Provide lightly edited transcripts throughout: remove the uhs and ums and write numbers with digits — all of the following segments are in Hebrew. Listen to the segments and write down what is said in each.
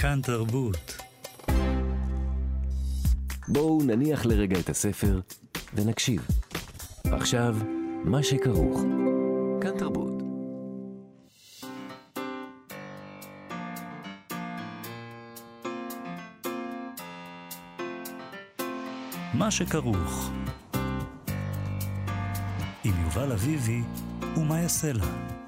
כאן תרבות. בואו נניח לרגע את הספר ונקשיב. עכשיו, מה שכרוך. כאן תרבות. מה שכרוך. עם יובל אביבי ומה יעשה לה.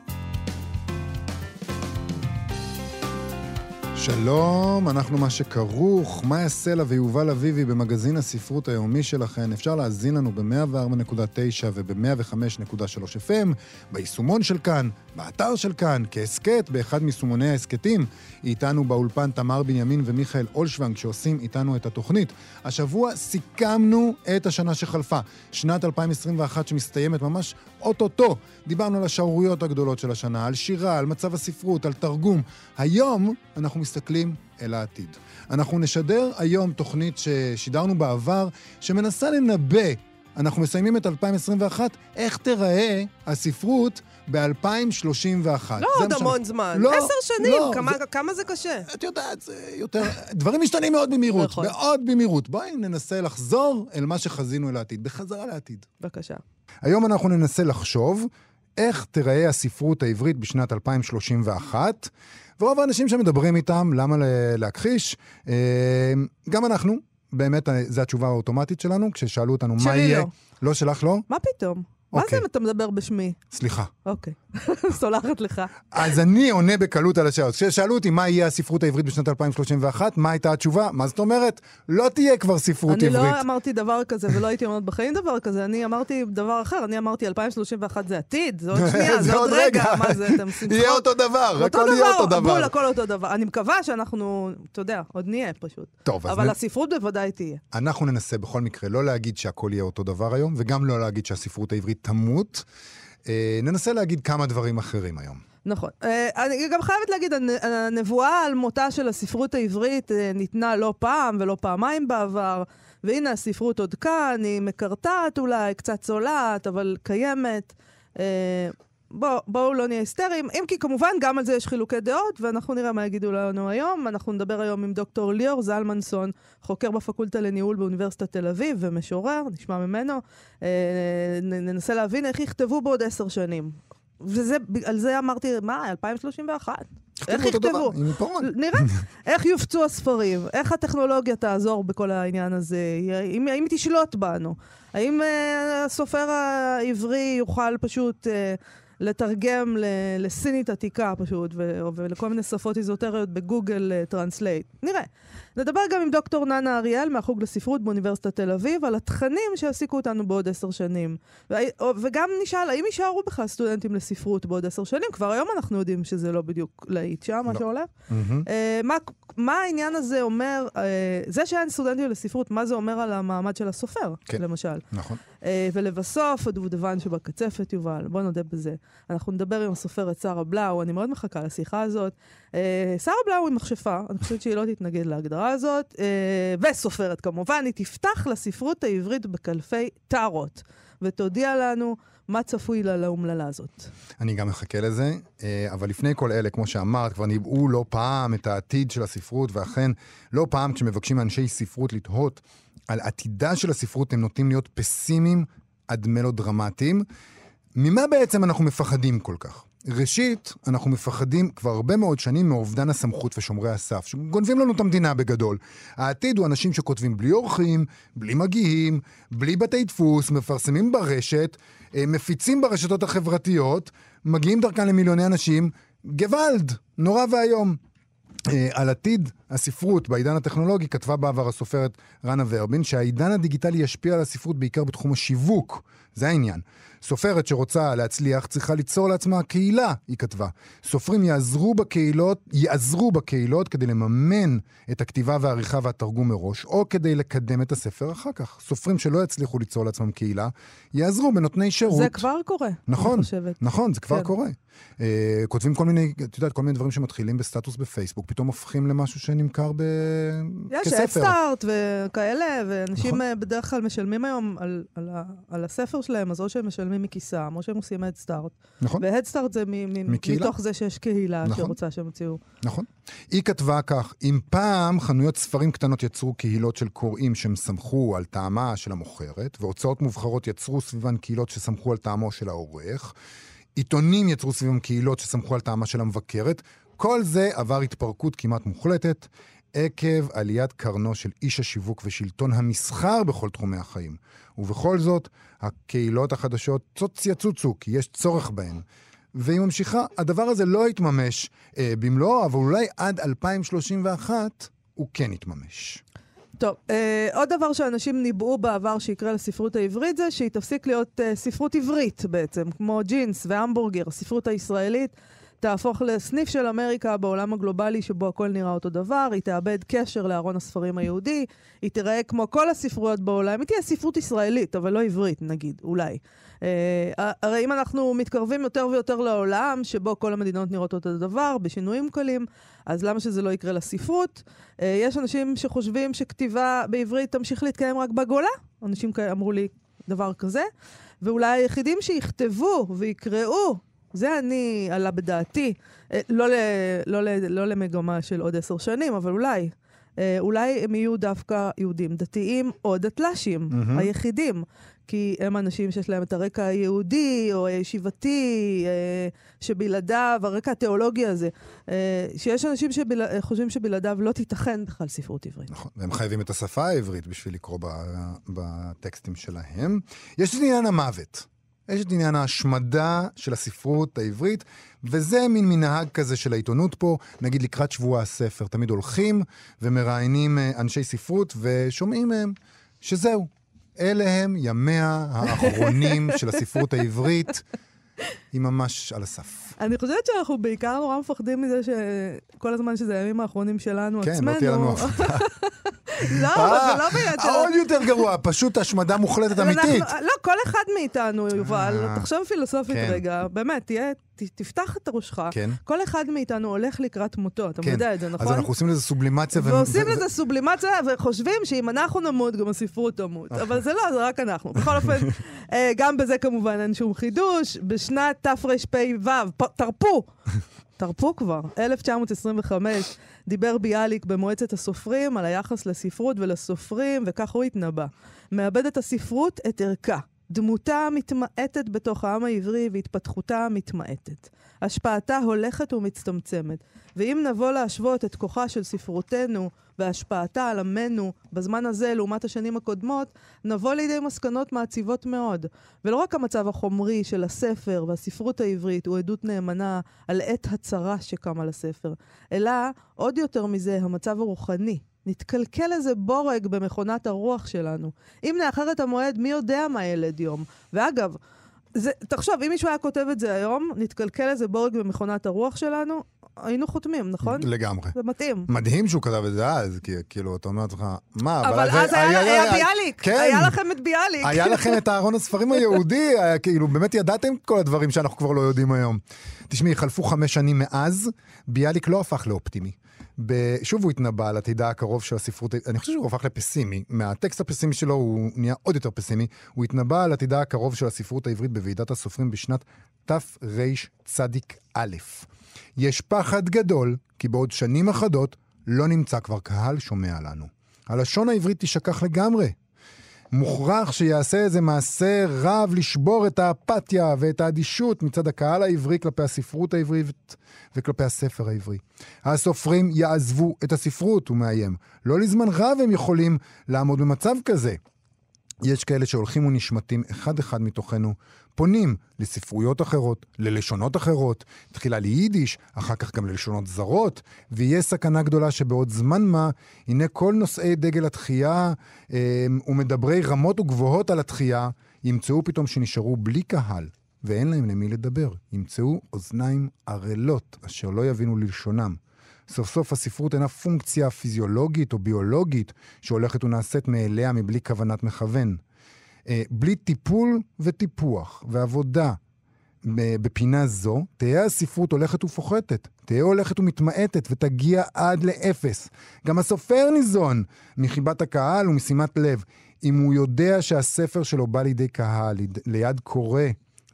שלום, אנחנו מה שכרוך, מה יעשה לה ויובל אביבי במגזין הספרות היומי שלכם. אפשר להזין לנו ב-104.9 וב-105.3 FM, ביישומון של כאן, באתר של כאן, כעסקט, באחד מסומוני העסקטים. איתנו באולפן תמר בנימין ומיכאל אולשוונג שעושים איתנו את התוכנית. השבוע סיכמנו את השנה שחלפה, שנת 2021 שמסתיימת ממש אוטוטו. דיברנו על השערוריות הגדולות של השנה, על שירה, על מצב הספרות, על תרגום. היום אנחנו מסתכלים אל העתיד. אנחנו נשדר היום תוכנית ששידרנו בעבר, שמנסה לנבא, אנחנו מסיימים את 2021, איך תראה הספרות ב-2031. לא עוד המון זמן, 10 שנים, כמה זה קשה? את יודעת, זה יותר, דברים משתנים מאוד במהירות, מאוד במהירות. בואי ננסה לחזור אל מה שחזינו אל העתיד, בחזרה לעתיד. בבקשה. היום אנחנו ננסה לחשוב איך תראה הספרות העברית בשנת 2031, ורוב האנשים שמדברים איתם, למה להכחיש? גם אנחנו, באמת, זו התשובה האוטומטית שלנו, כששאלו אותנו מה יהיה. לא שלך לא? מה פתאום? מה זה אם אתה מדבר בשמי? סליחה. אוקיי, סולחת לך. אז אני עונה בקלות על השאלות. כששאלו אותי מה יהיה הספרות העברית בשנת 2031, מה הייתה התשובה? מה זאת אומרת? לא תהיה כבר ספרות עברית. אני לא אמרתי דבר כזה, ולא הייתי אומרת בחיים דבר כזה, אני אמרתי דבר אחר, אני אמרתי 2031 זה עתיד, זה עוד שנייה, זה עוד רגע, מה זה, אתם שמחות? יהיה אותו דבר, הכל יהיה אותו דבר. בול, הכל אותו דבר. אני מקווה שאנחנו, אתה יודע, עוד נהיה פשוט. טוב, אבל הספרות בוודאי תהיה. אנחנו ננסה בכל מקרה לא להגיד שהכל יהיה אותו דבר היום, וגם לא להגיד שהספרות העברית תמות. ננסה להגיד כמה דברים אחרים היום. נכון. אני גם חייבת להגיד, הנבואה על מותה של הספרות העברית ניתנה לא פעם ולא פעמיים בעבר, והנה הספרות עוד כאן, היא מקרטעת אולי, קצת צולעת, אבל קיימת. בואו לא נהיה היסטריים, אם כי כמובן גם על זה יש חילוקי דעות, ואנחנו נראה מה יגידו לנו היום. אנחנו נדבר היום עם דוקטור ליאור זלמנסון, חוקר בפקולטה לניהול באוניברסיטת תל אביב ומשורר, נשמע ממנו. ננסה להבין איך יכתבו בעוד 10 שנים. ועל זה אמרתי, מה, 2031? איך יכתבו? נראה. איך יופצו הספרים? איך הטכנולוגיה תעזור בכל העניין הזה? האם היא תשלוט בנו? האם הסופר העברי יוכל פשוט לתרגם לסינית עתיקה פשוט, ולכל מיני שפות איזוטריות בגוגל טרנסלייט. נראה. נדבר גם עם דוקטור ננה אריאל מהחוג לספרות באוניברסיטת תל אביב, על התכנים שהעסיקו אותנו בעוד 10 שנים. וגם נשאל, האם יישארו בכלל סטודנטים לספרות בעוד 10 שנים? כבר היום אנחנו יודעים שזה לא בדיוק להיט שם, מה שהולך. מה העניין הזה אומר, זה שאין סטודנטים לספרות, מה זה אומר על המעמד של הסופר, למשל? נכון. ולבסוף, הדובדבן שבקצפת, יובל, בוא נודה בזה. אנחנו נדבר עם הסופרת שרה בלאו, אני מאוד מחכה לשיחה הזאת. שרה בלאו היא מכשפה, אני חושבת שהיא לא תתנגד להגדרה הזאת, וסופרת כמובן, היא תפתח לספרות העברית בקלפי טארות, ותודיע לנו מה צפוי לה לאומללה הזאת. אני גם מחכה לזה, אבל לפני כל אלה, כמו שאמרת, כבר ניבאו לא פעם את העתיד של הספרות, ואכן לא פעם כשמבקשים אנשי ספרות לתהות על עתידה של הספרות, הם נוטים להיות פסימיים עד מלודרמטיים. ממה בעצם אנחנו מפחדים כל כך? ראשית, אנחנו מפחדים כבר הרבה מאוד שנים מאובדן הסמכות ושומרי הסף, שגונבים לנו את המדינה בגדול. העתיד הוא אנשים שכותבים בלי אורחים, בלי מגיעים, בלי בתי דפוס, מפרסמים ברשת, מפיצים ברשתות החברתיות, מגיעים דרכן למיליוני אנשים, גוואלד, נורא והיום. על עתיד הספרות בעידן הטכנולוגי כתבה בעבר הסופרת רנה ורבין שהעידן הדיגיטלי ישפיע על הספרות בעיקר בתחום השיווק. זה העניין. סופרת שרוצה להצליח צריכה ליצור לעצמה קהילה, היא כתבה. סופרים יעזרו בקהילות כדי לממן את הכתיבה והעריכה והתרגום מראש, או כדי לקדם את הספר אחר כך. סופרים שלא יצליחו ליצור לעצמם קהילה, יעזרו בנותני שירות. זה כבר קורה. נכון, נכון, זה כבר קורה. כותבים כל מיני, את יודעת, כל מיני דברים שמתחילים בסטטוס בפייסבוק, פתאום הופכים למשהו שנמכר כספר. יש סטארט וכאלה, ואנשים בדרך כלל משלמים היום על הספר שלהם, אז או שהם משלמים משלמים מכיסם, או שהם עושים הדסטארט. נכון. והדסטארט זה מתוך זה שיש קהילה נכון. שרוצה שהם יוציאו. נכון. היא כתבה כך, אם פעם חנויות ספרים קטנות יצרו קהילות של קוראים שהם סמכו על טעמה של המוכרת, והוצאות מובחרות יצרו סביבן קהילות שסמכו על טעמו של העורך, עיתונים יצרו סביבם קהילות שסמכו על טעמה של המבקרת, כל זה עבר התפרקות כמעט מוחלטת, עקב עליית קרנו של איש השיווק ושלטון המסחר בכל תחומי החיים. ובכל זאת, הקהילות החדשות יצוצו, כי יש צורך בהן. והיא ממשיכה, הדבר הזה לא יתממש במלואו, אבל אולי עד 2031 הוא כן יתממש. טוב, עוד דבר שאנשים ניבאו בעבר שיקרה לספרות העברית זה שהיא תפסיק להיות ספרות עברית בעצם, כמו ג'ינס והמבורגר, הספרות הישראלית תהפוך לסניף של אמריקה בעולם הגלובלי שבו הכל נראה אותו דבר, היא תאבד קשר לארון הספרים היהודי, היא תראה כמו כל הספרויות בעולם, היא תהיה ספרות ישראלית, אבל לא עברית נגיד, אולי. הרי אם אנחנו מתקרבים יותר ויותר לעולם שבו כל המדינות נראות אותו דבר, בשינויים קלים, אז למה שזה לא יקרה לספרות? יש אנשים שחושבים שכתיבה בעברית תמשיך להתקיים רק בגולה, אנשים אמרו לי דבר כזה, ואולי היחידים שיכתבו ויקראו, זה אני עלה בדעתי, לא למגמה של עוד 10 שנים, אבל אולי הם יהיו דווקא יהודים דתיים או דתל"שים, היחידים, כי הם אנשים שיש להם את הרקע היהודי או הישיבתי, שבלעדיו, הרקע התיאולוגי הזה, שיש אנשים שחושבים שבלעדיו לא תיתכן בכלל ספרות עברית. נכון, והם חייבים את השפה העברית בשביל לקרוא בטקסטים שלהם. יש את עניין המוות. יש את עניין ההשמדה של הספרות העברית, וזה מין מנהג כזה של העיתונות פה, נגיד לקראת שבוע הספר. תמיד הולכים ומראיינים אנשי ספרות ושומעים מהם שזהו. אלה הם ימיה האחרונים של הספרות העברית. היא ממש על הסף. אני חושבת שאנחנו בעיקר נורא מפחדים מזה שכל הזמן שזה הימים האחרונים שלנו עצמנו. כן, לא תהיה לנו הפחדה. לא, זה לא ביותר. עוד יותר גרוע, פשוט השמדה מוחלטת אמיתית. לא, כל אחד מאיתנו, יובל, תחשוב פילוסופית רגע, באמת, תפתח את ראשך. כל אחד מאיתנו הולך לקראת מותו, אתה יודע את זה, נכון? אז אנחנו עושים לזה סובלימציה. ועושים לזה סובלימציה, וחושבים שאם אנחנו נמות, גם הספרות תמות. אבל זה לא, זה רק אנחנו. בכל אופן, גם בזה כמובן אין שום חידוש. בשנת תרפ"ו, תרפו כבר, 1925, דיבר ביאליק במועצת הסופרים על היחס לספרות ולסופרים, וכך הוא התנבא. מאבדת הספרות את ערכה. דמותה מתמעטת בתוך העם העברי והתפתחותה מתמעטת. השפעתה הולכת ומצטמצמת. ואם נבוא להשוות את כוחה של ספרותנו והשפעתה על עמנו בזמן הזה לעומת השנים הקודמות, נבוא לידי מסקנות מעציבות מאוד. ולא רק המצב החומרי של הספר והספרות העברית הוא עדות נאמנה על עת הצרה שקמה לספר, אלא עוד יותר מזה המצב הרוחני. נתקלקל איזה בורג במכונת הרוח שלנו. אם נאחר את המועד, מי יודע מה ילד יום? ואגב, תחשוב, אם מישהו היה כותב את זה היום, נתקלקל איזה בורג במכונת הרוח שלנו, היינו חותמים, נכון? לגמרי. זה מתאים. מדהים שהוא כתב את זה אז, כי כאילו, אתה אומר לך, מה? אבל אז היה ביאליק. כן. היה לכם את ביאליק. היה לכם את הארון הספרים היהודי, כאילו, באמת ידעתם כל הדברים שאנחנו כבר לא יודעים היום. תשמעי, חלפו 5 שנים מאז, ביאליק לא הפך לאופטימי. שוב הוא התנבא על עתידה הקרוב של הספרות, אני חושב שהוא הפך לפסימי, מהטקסט הפסימי שלו הוא נהיה עוד יותר פסימי, הוא התנבא על עתידה הקרוב של הספרות העברית בוועידת הסופרים בשנת תרצ"א. יש פחד גדול, כי בעוד שנים אחדות לא נמצא כבר קהל שומע לנו. הלשון העברית תשכח לגמרי. מוכרח שיעשה איזה מעשה רב לשבור את האפתיה ואת האדישות מצד הקהל העברי כלפי הספרות העברית וכלפי הספר העברי. הסופרים יעזבו את הספרות, הוא מאיים. לא לזמן רב הם יכולים לעמוד במצב כזה. יש כאלה שהולכים ונשמטים אחד אחד מתוכנו, פונים לספרויות אחרות, ללשונות אחרות, תחילה ליידיש, אחר כך גם ללשונות זרות, ויהיה סכנה גדולה שבעוד זמן מה, הנה כל נושאי דגל התחייה ומדברי רמות וגבוהות על התחייה, ימצאו פתאום שנשארו בלי קהל, ואין להם למי לדבר. ימצאו אוזניים ערלות, אשר לא יבינו ללשונם. סוף סוף הספרות אינה פונקציה פיזיולוגית או ביולוגית שהולכת ונעשית מאליה מבלי כוונת מכוון. בלי טיפול וטיפוח ועבודה בפינה זו, תהיה הספרות הולכת ופוחתת, תהיה הולכת ומתמעטת ותגיע עד לאפס. גם הסופר ניזון מחיבת הקהל ומשימת לב. אם הוא יודע שהספר שלו בא לידי קהל, ליד קורא,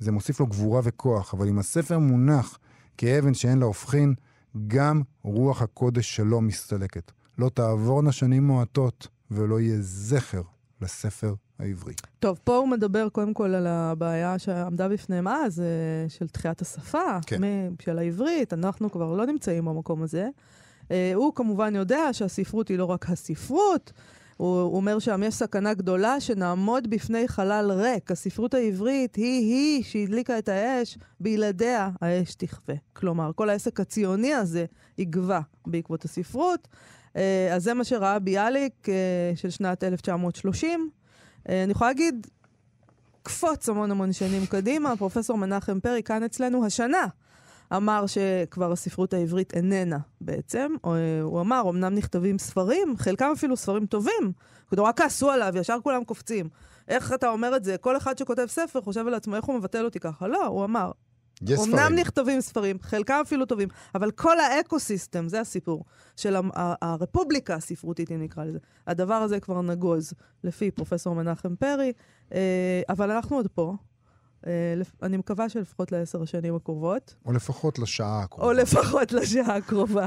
זה מוסיף לו גבורה וכוח, אבל אם הספר מונח כאבן שאין לה הופכין, גם רוח הקודש שלו מסתלקת. לא תעבורנה שנים מועטות, ולא יהיה זכר לספר העברי. טוב, פה הוא מדבר קודם כל על הבעיה שעמדה בפניהם אז, של תחיית השפה, כן. של העברית. אנחנו כבר לא נמצאים במקום הזה. הוא כמובן יודע שהספרות היא לא רק הספרות, הוא אומר שם יש סכנה גדולה שנעמוד בפני חלל ריק. הספרות העברית היא שהדליקה את האש, בלעדיה האש תכבה. כלומר, כל העסק הציוני הזה יגבה בעקבות הספרות. אז זה מה שראה ביאליק של שנת 1930. אני יכולה להגיד, קפוץ המון שנים קדימה, פרופסור מנחם פרי כאן אצלנו השנה, אמר שכבר הספרות העברית איננה בעצם. הוא אמר, אמנם נכתבים ספרים, חלקם אפילו ספרים טובים, כדור רק כעסו עליו, ישר כולם קופצים. איך אתה אומר את זה? כל אחד שכותב ספר חושב על עצמו, איך הוא מבטל אותי ככה? לא, הוא אמר, אמנם נכתבים ספרים, חלקם אפילו טובים, אבל כל האקוסיסטם, זה הסיפור, של הרפובליקה הספרותית, אם נקרא לזה. הדבר הזה כבר נגוז, לפי פרופסור מנחם פרי, אבל אנחנו עוד פה. אני מקווה שלפחות ל10 השנים הקרובות. או לפחות לשעה הקרובה.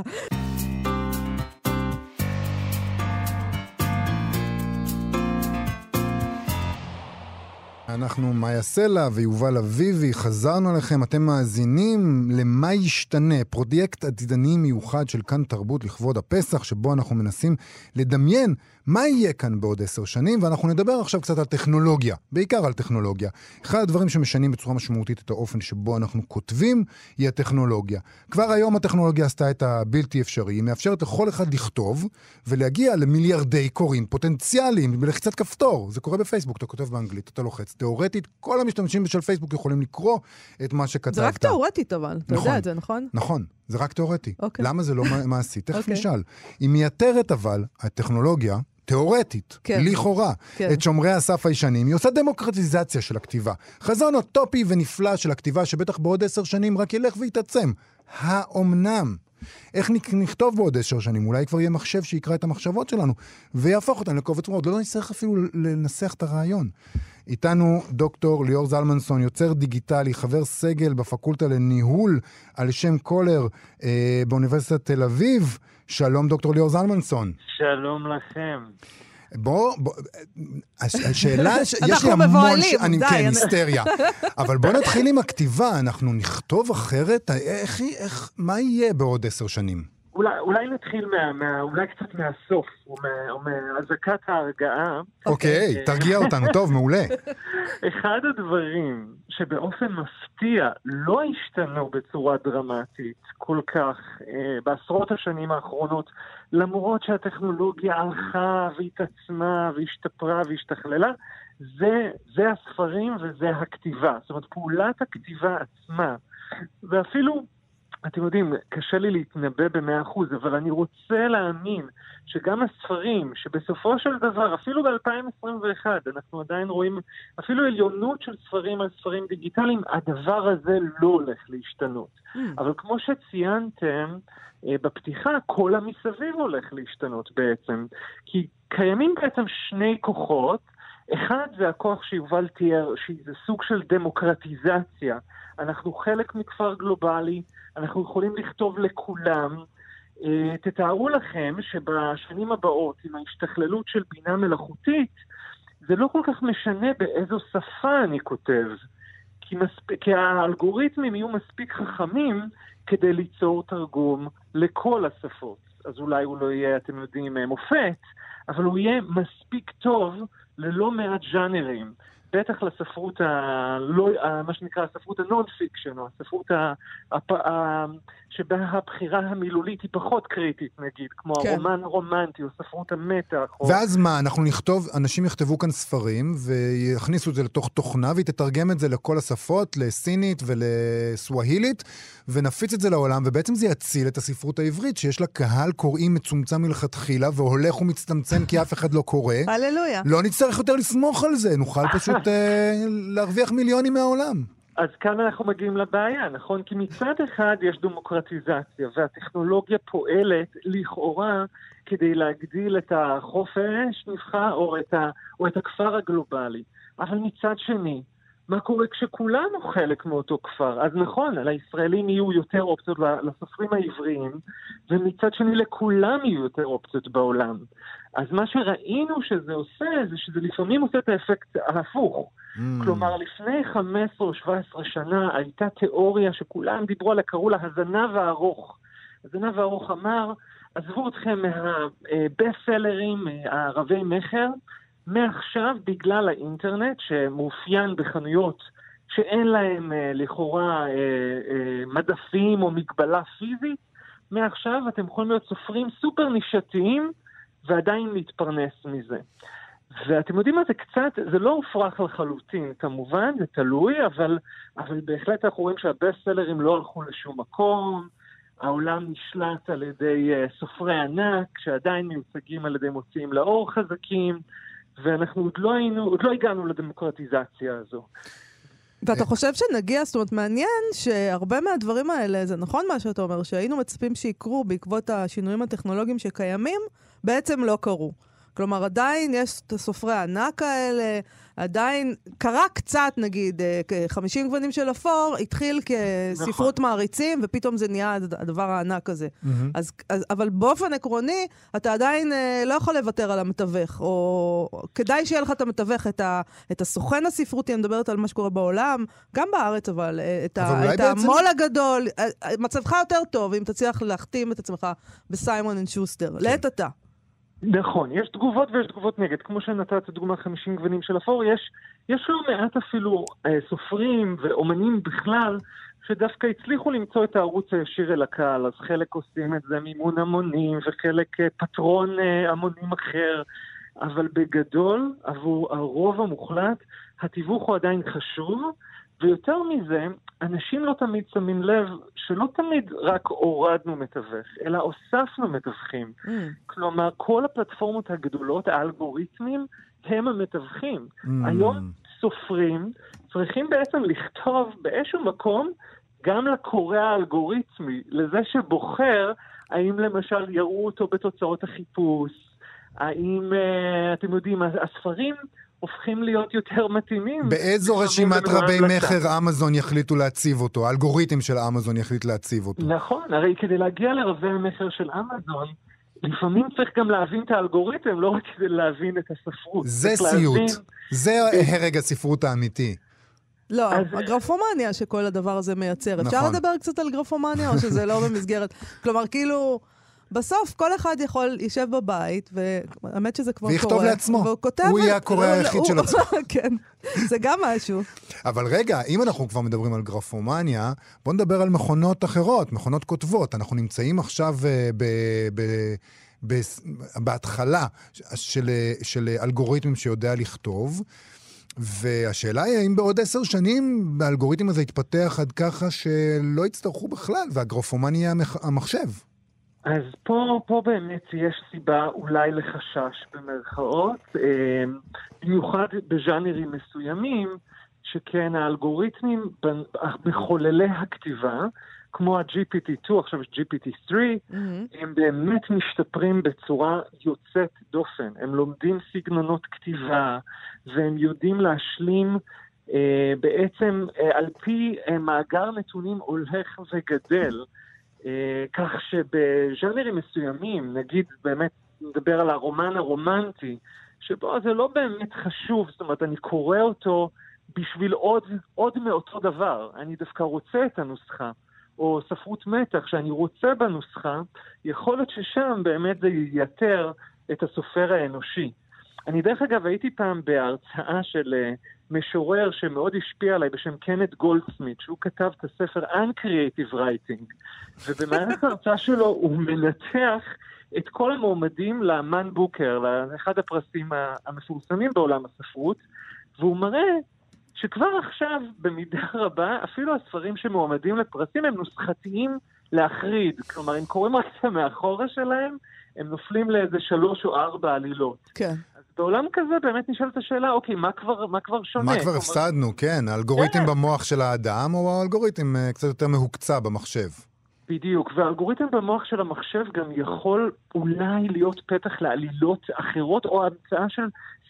אנחנו מאיה סלע ויובל אביבי, חזרנו עליכם, אתם מאזינים למה ישתנה, פרויקט עתידני מיוחד של כאן תרבות לכבוד הפסח, שבו אנחנו מנסים לדמיין מה יהיה כאן בעוד 10 שנים, ואנחנו נדבר עכשיו קצת על טכנולוגיה, בעיקר על טכנולוגיה. אחד הדברים שמשנים בצורה משמעותית את האופן שבו אנחנו כותבים, היא הטכנולוגיה. כבר היום הטכנולוגיה עשתה את הבלתי אפשרי, היא מאפשרת לכל אחד לכתוב, ולהגיע למיליארדי קוראים פוטנציאליים, בלחיצת כפתור. זה קורה בפייסבוק, אתה כותב באנגלית, אתה לוחץ. תיאורטית, כל המשתמשים של פייסבוק יכולים לקרוא את מה שכתבת. זה רק תיאורטית אבל, אתה יודע את זה, נכון? נכון, זה רק תיאורטי. למה זה לא מעשי? תכף אוקיי. נשאל. היא מייתרת אבל, הטכנולוגיה, תיאורטית, לכאורה, את שומרי הסף הישנים, היא עושה דמוקרטיזציה של הכתיבה. חזון אוטופי ונפלא של הכתיבה, שבטח בעוד 10 שנים רק ילך ויתעצם. האומנם? איך נכתוב בעוד 10 שנים? אולי כבר יהיה מחשב שיקרא את המחשבות שלנו, ויהפוך אותנו לקובץ מאוד. לא נצטרך אפילו לנסח את הרעיון. איתנו דוקטור ליאור זלמנסון, יוצר דיגיטלי, חבר סגל בפקולטה לניהול על שם קולר באוניברסיטת תל אביב. שלום דוקטור ליאור זלמנסון. שלום לכם. השאלה, יש לי המון, כן, היסטריה. אבל בוא נתחיל עם הכתיבה, אנחנו נכתוב אחרת, מה יהיה בעוד 10 שנים? אולי נתחיל אולי קצת מהסוף, או מהזעקת ההרגעה. אוקיי, תרגיע אותנו, טוב, מעולה. אחד הדברים שבאופן מפתיע לא השתנו בצורה דרמטית כל כך בעשרות השנים האחרונות, למרות שהטכנולוגיה הלכה והתעצמה והשתפרה והשתכללה, זה הספרים וזה הכתיבה. זאת אומרת, פעולת הכתיבה עצמה, ואפילו אתם יודעים, קשה לי להתנבא ב100%, אבל אני רוצה להאמין שגם הספרים, שבסופו של דבר, אפילו ב-2021, אנחנו עדיין רואים אפילו עליונות של ספרים על ספרים דיגיטליים, הדבר הזה לא הולך להשתנות. אבל כמו שציינתם, בפתיחה, כל המסביב הולך להשתנות בעצם. כי קיימים בעצם 2 כוחות, אחד זה הכוח שיובל תיאר, שזה סוג של דמוקרטיזציה. אנחנו חלק מכפר גלובלי, אנחנו יכולים לכתוב לכולם. תתארו לכם שבשנים הבאות, עם ההשתכללות של בינה מלאכותית, זה לא כל כך משנה באיזו שפה אני כותב. כי האלגוריתמים יהיו מספיק חכמים כדי ליצור תרגום לכל השפות. אז אולי הוא לא יהיה, אתם יודעים, מופת, אבל הוא יהיה מספיק טוב ללא מעט ז'אנרים. בטח לספרות, מה שנקרא הספרות הנון-פיקשן, או הספרות שבה הבחירה המילולית היא פחות קריטית, נגיד, כמו הרומן הרומנטי, או ספרות המתח. ואז מה, אנחנו נכתוב, אנשים יכתבו כאן ספרים, ויכניסו את זה לתוך תוכנה, והיא תתרגם את זה לכל השפות, לסינית ולסווהילית, ונפיץ את זה לעולם, ובעצם זה יציל את הספרות העברית, שיש לה קהל קוראים מצומצם מלכתחילה, והולך ומצטמצם כי אף אחד לא קורא. הללויה. לא נצטרך יותר לסמוך על זה, נוכל פשוט להרוויח מיליונים מהעולם. אז כאן אנחנו מגיעים לבעיה, נכון? כי מצד אחד יש דמוקרטיזציה, והטכנולוגיה פועלת לכאורה כדי להגדיל את החופש נבחר או את הכפר הגלובלי. אבל מצד שני, מה קורה כשכולנו חלק מאותו כפר? אז נכון, לישראלים יהיו יותר אופציות לסופרים העבריים, ומצד שני לכולם יהיו יותר אופציות בעולם. אז מה שראינו שזה עושה, זה שזה לפעמים עושה את האפקט ההפוך. כלומר, לפני 15 או 17 שנה הייתה תיאוריה שכולם דיברו עליה, קראו לה הזנב הארוך. הזנב הארוך אמר, עזבו אתכם מהבסט-סלרים, הרבי מחר, מעכשיו בגלל האינטרנט שמאופיין בחנויות שאין להם לכאורה מדפים או מגבלה פיזית, מעכשיו אתם יכולים להיות סופרים סופר נישתיים ועדיין להתפרנס מזה. ואתם יודעים מה, זה קצת, זה לא הופרך לחלוטין, כמובן, זה תלוי, אבל בהחלט אנחנו רואים שהבסט-סלרים לא הלכו לשום מקום, העולם נשלט על ידי סופרי ענק, שעדיין מיוצגים על ידי מוציאים לאור חזקים, ואנחנו עוד לא הגענו לדמוקרטיזציה הזו. ואתה חושב שנגיע, זאת אומרת, מעניין שהרבה מהדברים האלה, זה נכון מה שאתה אומר, שהיינו מצפים שיקרו בעקבות השינויים הטכנולוגיים שקיימים, בעצם לא קרו. כלומר, עדיין יש את הסופרי הענק האלה, עדיין קרה קצת, נגיד, 50 גוונים של אפור, התחיל כספרות מעריצים, ופתאום זה נהיה הדבר הענק הזה. אבל באופן עקרוני, אתה עדיין לא יכול לוותר על המתווך, או כדאי שיהיה לך את המתווך, את הסוכן הספרותי, אני מדברת על מה שקורה בעולם, גם בארץ, אבל את המול הגדול, מצבך יותר טוב, אם תצליח להחתים את עצמך בסיימון אנד שוסטר. לעת אתה. נכון, יש תגובות ויש תגובות נגד. כמו שנתת דוגמה 50 גוונים של אפור, יש לא מעט אפילו סופרים ואומנים בכלל, שדווקא הצליחו למצוא את הערוץ הישיר אל הקהל. אז חלק עושים את זה מימון המונים, וחלק פטרון המונים אחר. אבל בגדול, עבור הרוב המוחלט, התיווך הוא עדיין חשוב, ויותר מזה, אנשים לא תמיד שמים לב שלא תמיד רק הורדנו מתווך, אלא הוספנו מתווכים. כלומר, כל הפלטפורמות הגדולות, האלגוריתמים, הם המתווכים. היום סופרים צריכים בעצם לכתוב באיזשהו מקום גם לקורא האלגוריתמי, לזה שבוחר האם למשל יראו אותו בתוצאות החיפוש, האם, אתם יודעים, הספרים הופכים להיות יותר מתאימים. באיזו רשימת רבי מחר אמזון יחליטו להציב אותו? האלגוריתם של אמזון יחליט להציב אותו. נכון, הרי כדי להגיע לרבי מחר של אמזון, לפעמים צריך גם להבין את האלגוריתם, לא רק כדי להבין את הספרות. זה סיוט. זה הרג הספרות האמיתי. לא, הגרפומניה שכל הדבר הזה מייצר. אפשר לדבר קצת על גרפומניה, או שזה לא במסגרת? כלומר, כאילו, בסוף כל אחד יכול יישב בבית, והאמת שזה כבר קורה. ויכתוב לעצמו. הוא יהיה הקורא היחיד של עצמו. כן, זה גם משהו. אבל רגע, אם אנחנו כבר מדברים על גרפומניה, בואו נדבר על מכונות אחרות, מכונות כותבות. אנחנו נמצאים עכשיו בהתחלה של אלגוריתמים שיודע לכתוב, והשאלה היא האם בעוד 10 שנים האלגוריתם הזה יתפתח עד ככה שלא יצטרכו בכלל, והגרפומניה המחשב. אז פה באמת יש סיבה אולי לחשש במרכאות, במיוחד בז'אנרים מסוימים, שכן האלגוריתמים מחוללי הכתיבה, כמו ה-GPT-2, עכשיו יש GPT-3, הם באמת משתפרים בצורה יוצאת דופן. הם לומדים סגנונות כתיבה, והם יודעים להשלים בעצם על פי מאגר נתונים הולך וגדל, כך שבז'אנרים מסוימים, נגיד באמת נדבר על הרומן הרומנטי, שבו זה לא באמת חשוב, זאת אומרת אני קורא אותו בשביל עוד מאותו דבר, אני דווקא רוצה את הנוסחה, או ספרות מתח שאני רוצה בנוסחה, יכול להיות ששם באמת זה ייתר את הסופר האנושי. אני דרך אגב הייתי פעם בהרצאה של משורר שמאוד השפיע עליי בשם קנט גולדסמית, שהוא כתב את הספר Uncreative Writing, ובמהלך ההרצאה שלו הוא מנתח את כל המועמדים לאמן בוקר, לאחד הפרסים המפורסמים בעולם הספרות, והוא מראה שכבר עכשיו במידה רבה, אפילו הספרים שמועמדים לפרסים הם נוסחתיים להחריד, כלומר אם קוראים רק את המאחורה שלהם, הם נופלים לאיזה 3 או 4 עלילות. כן. בעולם כזה באמת נשאלת השאלה, אוקיי, מה כבר שונה? מה כבר הפסדנו, כן. האלגוריתם במוח של האדם, או האלגוריתם קצת יותר מהוקצה במחשב? בדיוק, והאלגוריתם במוח של המחשב גם יכול אולי להיות פתח לעלילות אחרות, או המצאה של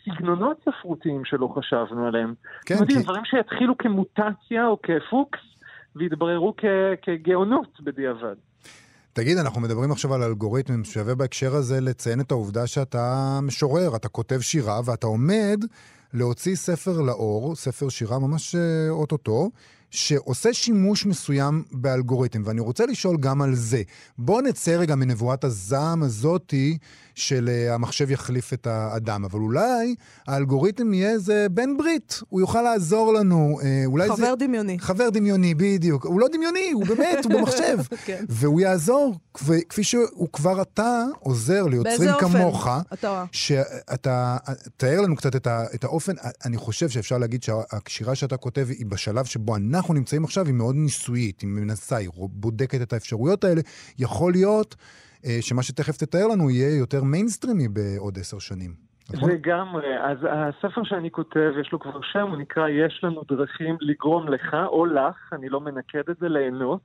סגנונות ספרותיים שלא חשבנו עליהם. כן, דברים שיתחילו כמוטציה או כפוקס, והתבררו כגאונות בדיעבד. תגיד, אנחנו מדברים עכשיו על אלגוריתמים, שווה בהקשר הזה לציין את העובדה שאתה משורר, אתה כותב שירה, ואתה עומד להוציא ספר לאור, ספר שירה ממש אוטוטו, שעושה שימוש מסוים באלגוריתם, ואני רוצה לשאול גם על זה. בוא נצא רגע מנבואת הזעם הזאתי של המחשב יחליף את האדם, אבל אולי האלגוריתם יהיה איזה בן ברית, הוא יוכל לעזור לנו. חבר דמיוני. חבר דמיוני, בדיוק. הוא לא דמיוני, הוא באמת, הוא במחשב. כן. והוא יעזור, כפי שהוא כבר אתה עוזר ליוצרים כמוך, שאתה תאר לנו קצת את האופן. אני חושב שאפשר להגיד שהשירה שאתה כותב היא בשלב שבו אנחנו נמצאים עכשיו, היא מאוד ניסויית, היא מנסה, היא בודקת את האפשרויות האלה. יכול להיות שמה שתכף תתאר לנו יהיה יותר מיינסטרימי בעוד 10 שנים. לגמרי. אז הספר שאני כותב, יש לו כבר שם, הוא נקרא יש לנו דרכים לגרום לך או לך, אני לא מנקד את זה, ליהנות.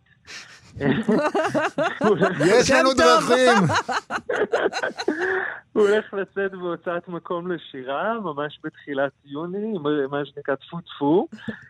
יש לנו דרכים! הוא הולך לצאת בהוצאת מקום לשירה, ממש בתחילת יוני, מה שנקרא טפו טפו,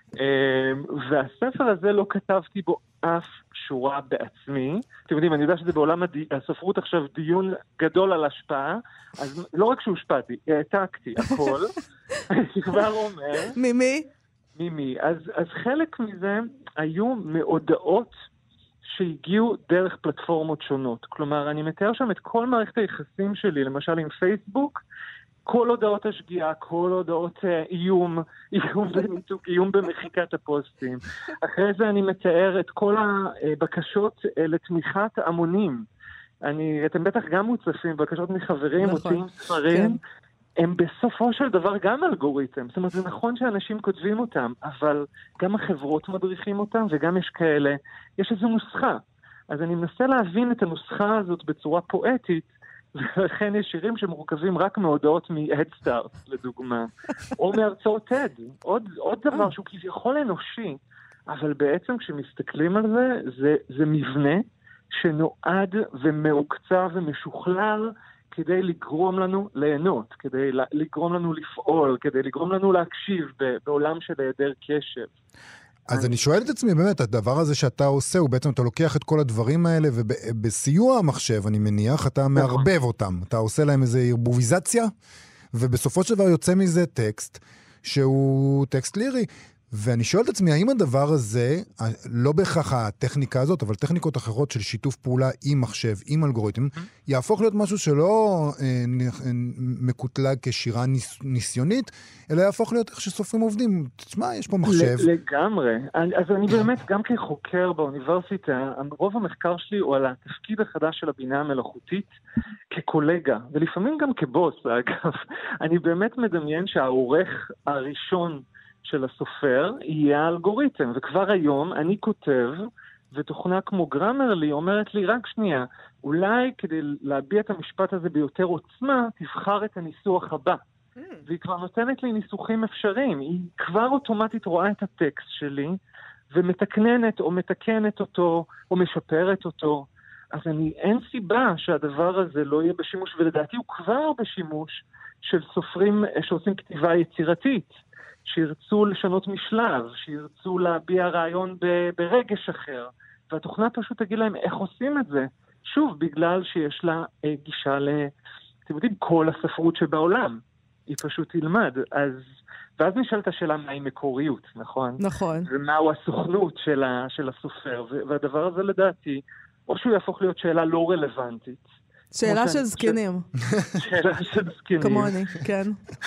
והספר הזה לא כתבתי בו אף שורה בעצמי. אתם יודעים, אני יודע שזה בעולם הספרות עכשיו דיון גדול על השפעה, אז לא רק שהושפעתי, העתקתי הכל, אני כבר אומר. ממי? ממי. אז חלק מזה היו מהודעות שהגיעו דרך פלטפורמות שונות. כלומר, אני מתאר שם את כל מערכת היחסים שלי, למשל עם פייסבוק, כל הודעות השגיאה, כל הודעות איום בניתוק, איום במחיקת הפוסטים. אחרי זה אני מתאר את כל הבקשות לתמיכת המונים. אתם בטח גם מוצפים, בקשות מחברים, מוצאים ספרים, הם בסופו של דבר גם אלגוריתם. זאת אומרת, זה נכון שאנשים כותבים אותם, אבל גם החברות מדריכים אותם, וגם יש כאלה, יש איזו נוסחה. אז אני מנסה להבין את הנוסחה הזאת בצורה פואטית, ולכן יש שירים שמורכבים רק מהודעות מ-Headstart, לדוגמה, או מהרצאות TED. עוד דבר שהוא כביכול אנושי, אבל בעצם כשמסתכלים על זה מבנה שנועד ומעוקצה ומשוכלל, כדי לגרום לנו ליהנות, כדי לגרום לנו לפעול, כדי לגרום לנו להקשיב בעולם של היעדר קשב. אז אני שואל את עצמי, באמת, הדבר הזה שאתה עושה, הוא בעצם, אתה לוקח את כל הדברים האלה, ובסיוע המחשב, אני מניח, אתה מערבב אותם. אתה עושה להם איזו ערבוביזציה, ובסופו של דבר יוצא מזה טקסט, שהוא טקסט לירי. ואני שואל את עצמי, האם הדבר הזה, לא בהכרח הטכניקה הזאת, אבל טכניקות אחרות של שיתוף פעולה עם מחשב, עם אלגוריתם, יהפוך להיות משהו שלא מקוטלג כשירה ניסיונית, אלא יהפוך להיות איך שסופרים עובדים. תשמע, יש פה מחשב. לגמרי. אז אני באמת, גם כחוקר באוניברסיטה, רוב המחקר שלי הוא על התפקיד החדש של הבינה המלאכותית כקולגה, ולפעמים גם כבוס, אגב. אני באמת מדמיין שהעורך הראשון של הסופר יהיה האלגוריתם, וכבר היום אני כותב, ותוכנה כמו גרמרלי אומרת לי, רק שנייה, אולי כדי להביע את המשפט הזה ביותר עוצמה, תבחר את הניסוח הבא. והיא כבר נותנת לי ניסוחים אפשריים, היא כבר אוטומטית רואה את הטקסט שלי, ומתקננת או מתקנת אותו, או משפרת אותו. אז אין סיבה שהדבר הזה לא יהיה בשימוש, ולדעתי הוא כבר בשימוש של סופרים שעושים כתיבה יצירתית. שירצו לשנות משלב, שירצו להביע רעיון ברגש אחר, והתוכנה פשוט תגיד להם איך עושים את זה. שוב, בגלל שיש לה גישה אתם יודעים, כל הספרות שבעולם. היא פשוט תלמד. ואז נשאלת השאלה מהי מקוריות, נכון? נכון. ומהו הסוכנות של הסופר, והדבר הזה לדעתי, או שהוא יהפוך להיות שאלה לא רלוונטית, שאלה של זקנים. שאלה של זקנים. כמוני, כן.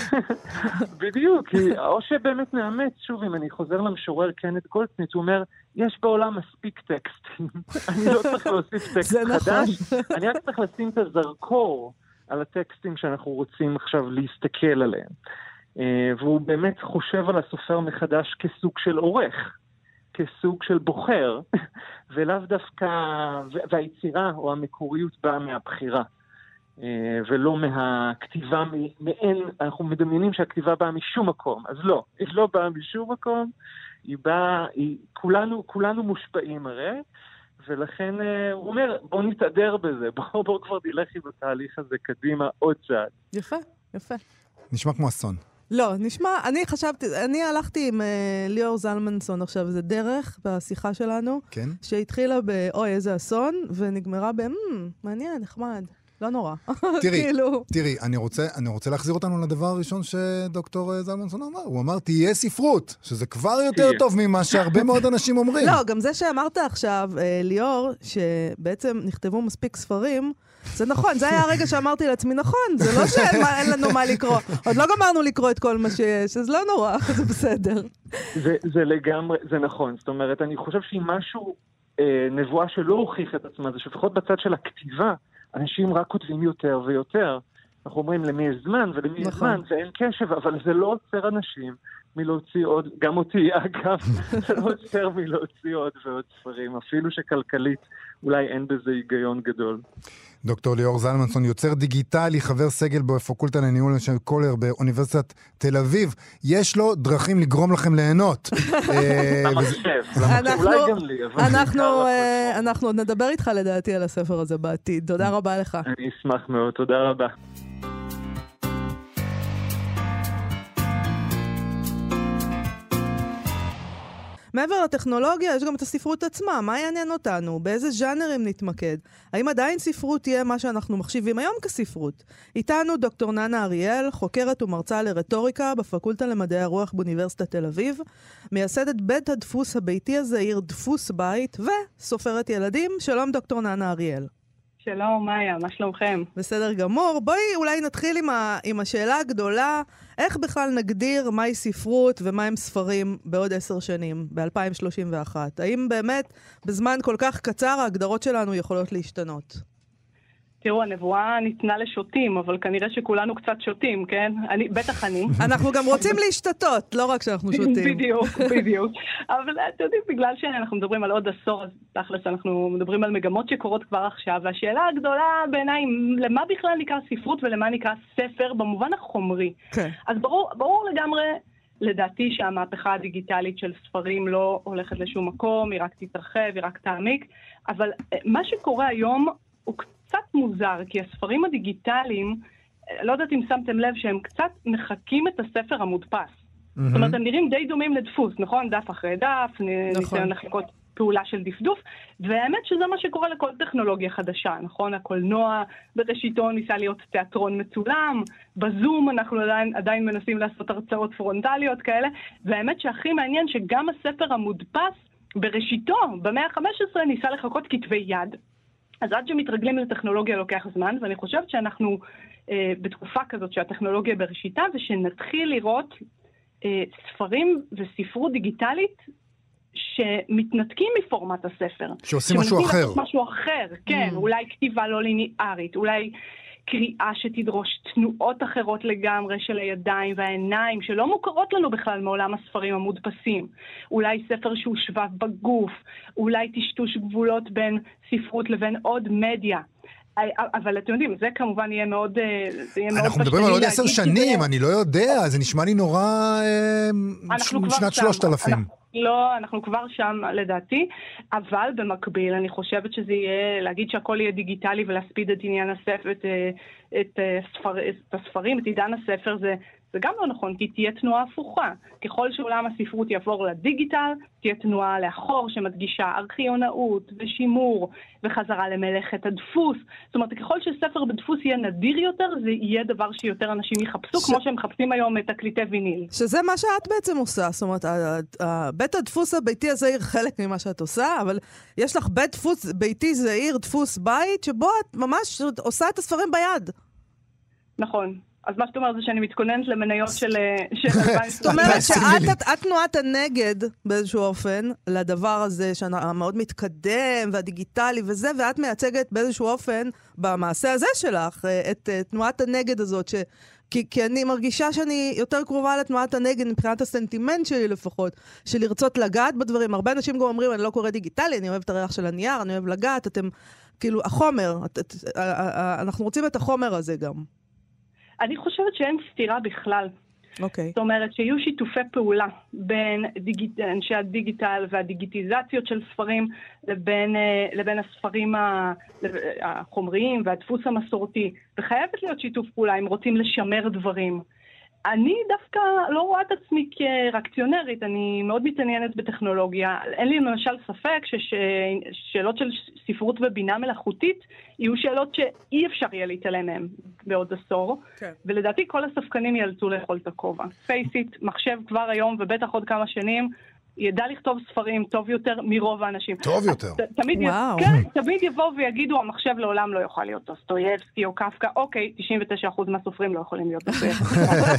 בדיוק, או שבאמת נאמץ, שוב, אם אני חוזר למשורר קנט גולדסמית, הוא אומר, יש בעולם מספיק טקסטים. אני לא צריך להוסיף טקסט חדש, אני רק צריך לשים את הזרקור על הטקסטים שאנחנו רוצים עכשיו להסתכל עליהם. והוא באמת חושב על הסופר מחדש כסוג של עורך. כסוג של בוחר, ולאו דווקא, והיצירה או המקוריות באה מהבחירה, ולא מהכתיבה, אנחנו מדמיינים שהכתיבה באה משום מקום, אז לא, היא לא באה משום מקום, כולנו מושפעים הרי, ולכן הוא אומר, בוא נתעדר בזה, בוא כבר נלך עם התהליך הזה קדימה עוד צעד. יפה, יפה. נשמע כמו אסון. לא, נשמע, אני הלכתי עם ליאור זלמנסון עכשיו, זה דרך בשיחה שלנו, כן? שהתחילה אוי, איזה אסון, ונגמרה מעניין, נחמד. לא נורא. תראי, אני רוצה להחזיר אותנו לדבר הראשון שדוקטור זלמנסון אמר. הוא אמר, תהיה ספרות, שזה כבר יותר טוב ממה שהרבה מאוד אנשים אומרים. לא, גם זה שאמרת עכשיו, ליאור, שבעצם נכתבו מספיק ספרים, זה נכון, זה היה הרגע שאמרתי לעצמי, נכון, זה לא שאין לנו מה לקרוא. עוד לא גמרנו לקרוא את כל מה שיש, אז לא נורא, זה בסדר. זה לגמרי, זה נכון. זאת אומרת, אני חושב שהיא משהו, נבואה שלא הוכיח את עצמה, זה שלפחות בצד של הכתיבה, אנשים רק כותבים יותר ויותר. אנחנו אומרים למי יש זמן ולמי יש זמן, ואין קשב, אבל זה לא עוצר אנשים מלהוציא עוד, גם אותי אגב, זה לא עוצר מלהוציא עוד ועוד ספרים, אפילו שכלכלית אולי אין בזה היגיון גדול. דוקטור ליאור זלמנסון, יוצר דיגיטלי, חבר סגל בפקולטה לניהול של קולר באוניברסיטת תל אביב. יש לו דרכים לגרום לכם ליהנות. אולי גם לי. אנחנו נדבר איתך לדעתי על הספר הזה בעתיד. תודה רבה לך. אני אשמח מאוד, תודה רבה. מעבר לטכנולוגיה, יש גם את הספרות עצמה. מה יעניין אותנו? באיזה ז'אנרים נתמקד? האם עדיין ספרות תהיה מה שאנחנו מחשיבים היום כספרות? איתנו דוקטור ננה אריאל, חוקרת ומרצה לרטוריקה בפקולטה למדעי הרוח באוניברסיטת תל אביב, מייסדת בית הדפוס הביתי הזעיר דפוס בית, וסופרת ילדים. שלום דוקטור ננה אריאל. שלום, מאיה, מה שלומכם? בסדר גמור. בואי אולי נתחיל עם השאלה הגדולה, איך בכלל נגדיר מהי ספרות ומהם ספרים בעוד 10 שנים, ב-2031? האם באמת בזמן כל כך קצר ההגדרות שלנו יכולות להשתנות? תראו, הנבואה ניתנה לשוטים, אבל כנראה שכולנו קצת שוטים, כן? בטח אני. אנחנו גם רוצים להשתתות, לא רק שאנחנו שוטים. בדיוק. אבל אתם יודעים, בגלל שאנחנו מדברים על עוד עשור, אז תכלס אנחנו מדברים על מגמות שקורות כבר עכשיו, והשאלה הגדולה בעיניי, למה בכלל נקרא ספרות ולמה נקרא ספר במובן החומרי. כן. אז ברור לגמרי, לדעתי שהמהפכה הדיגיטלית של ספרים לא הולכת לשום מקום, היא רק תתרחב, היא רק תעמיק, אבל מה שקורה היום הוא קצת מוזר, כי הספרים הדיגיטליים, לא יודעת אם שמתם לב שהם קצת מחקים את הספר המודפס. זאת אומרת, הם נראים די דומים לדפוס, נכון? דף אחרי דף, ניסיון לחכות פעולה של דפדוף, והאמת שזה מה שקורה לכל טכנולוגיה חדשה, נכון? הקולנוע בראשיתו ניסה להיות תיאטרון מצולם, בזום אנחנו עדיין מנסים לעשות הרצאות פרונטליות כאלה, והאמת שהכי מעניין שגם הספר המודפס בראשיתו, במאה ה-15 ניסה לחכות כתבי יד. אז עד שמתרגלים לטכנולוגיה לוקח זמן, ואני חושבת שאנחנו בתקופה כזאת שהטכנולוגיה בראשיתה, ושנתחיל לראות ספרים וספרות דיגיטלית שמתנתקים מפורמט הספר. שעושים משהו אחר. משהו אחר, כן. אולי כתיבה לא ליניארית, אולי קריאה שתדרוש תנועות אחרות לגמרי של הידיים והעיניים, שלא מוכרות לנו בכלל מעולם הספרים המודפסים. אולי ספר שהוא שבב בגוף, אולי טשטוש גבולות בין ספרות לבין עוד מדיה. אבל אתם יודעים, זה כמובן יהיה מאוד... אנחנו מדברים על עוד 10 שנים, אני לא יודע, זה נשמע לי נורא שנת 3000. לא, אנחנו כבר שם לדעתי, אבל במקביל אני חושבת שזה יהיה, להגיד שהכל יהיה דיגיטלי ולהספיד את עניין הספר, את הספרים, את עידן הספר, זה גם לא נכון, כי תהיה תנועה הפוכה. ככל שעולם הספרות יעבור לדיגיטל, תהיה תנועה לאחור שמדגישה ארכיונאות ושימור וחזרה למלאכת הדפוס. זאת אומרת, ככל שספר בדפוס יהיה נדיר יותר, זה יהיה דבר שיותר אנשים יחפשו, כמו שהם מחפשים היום את תקליטי ויניל. שזה מה שאת בעצם עושה. זאת אומרת, בית הדפוס הביתי הזעיר חלק ממה שאת עושה, אבל יש לך בית דפוס ביתי זעיר, דפוס בית, שבו את ממש עושה את הספרים ביד. נכון. אז מה שאת אומרת זה שאני מתכוננת למניות של 2020. זאת אומרת שאת תנועת הנגד באיזשהו אופן לדבר הזה שמאוד מתקדם והדיגיטלי וזה, ואת מייצגת באיזשהו אופן במעשה הזה שלך את תנועת הנגד הזאת, כי אני מרגישה שאני יותר קרובה לתנועת הנגד מבחינת הסנטימנט שלי לפחות, של לרצות לגעת בדברים. הרבה אנשים גם אומרים, אני לא קורא דיגיטלי, אני אוהב את הריח של הנייר, אני אוהב לגעת, אתם כאילו החומר, אנחנו רוצים את החומר הזה גם. אני חושבת שאין סתירה בכלל. אוקיי. זאת אומרת שיהיו שיתופי פעולה בין אנשי הדיגיטל והדיגיטיזציות של ספרים לבין הספרים החומריים והדפוס המסורתי. וחייבת להיות שיתוף פעולה אם רוצים לשמר דברים. אני דווקא לא רואה את עצמי כרקציונרית, אני מאוד מתעניינת בטכנולוגיה. אין לי למשל ספק ששאלות של ספרות ובינה מלאכותית יהיו שאלות שאי אפשר יהיה להתעלם מהן בעוד עשור, ולדעתי כל הספקנים ייאלצו לאכול את הכובע. פייסיט, מחשב כבר היום ובטח עוד כמה שנים, ידע לכתוב ספרים טוב יותר מרוב האנשים. טוב יותר. תמיד יבואו ויגידו, המחשב לעולם לא יוכל להיות דוסטויבסקי או קפקא, אוקיי, 99% מהסופרים לא יכולים להיות דוסטויבסקי.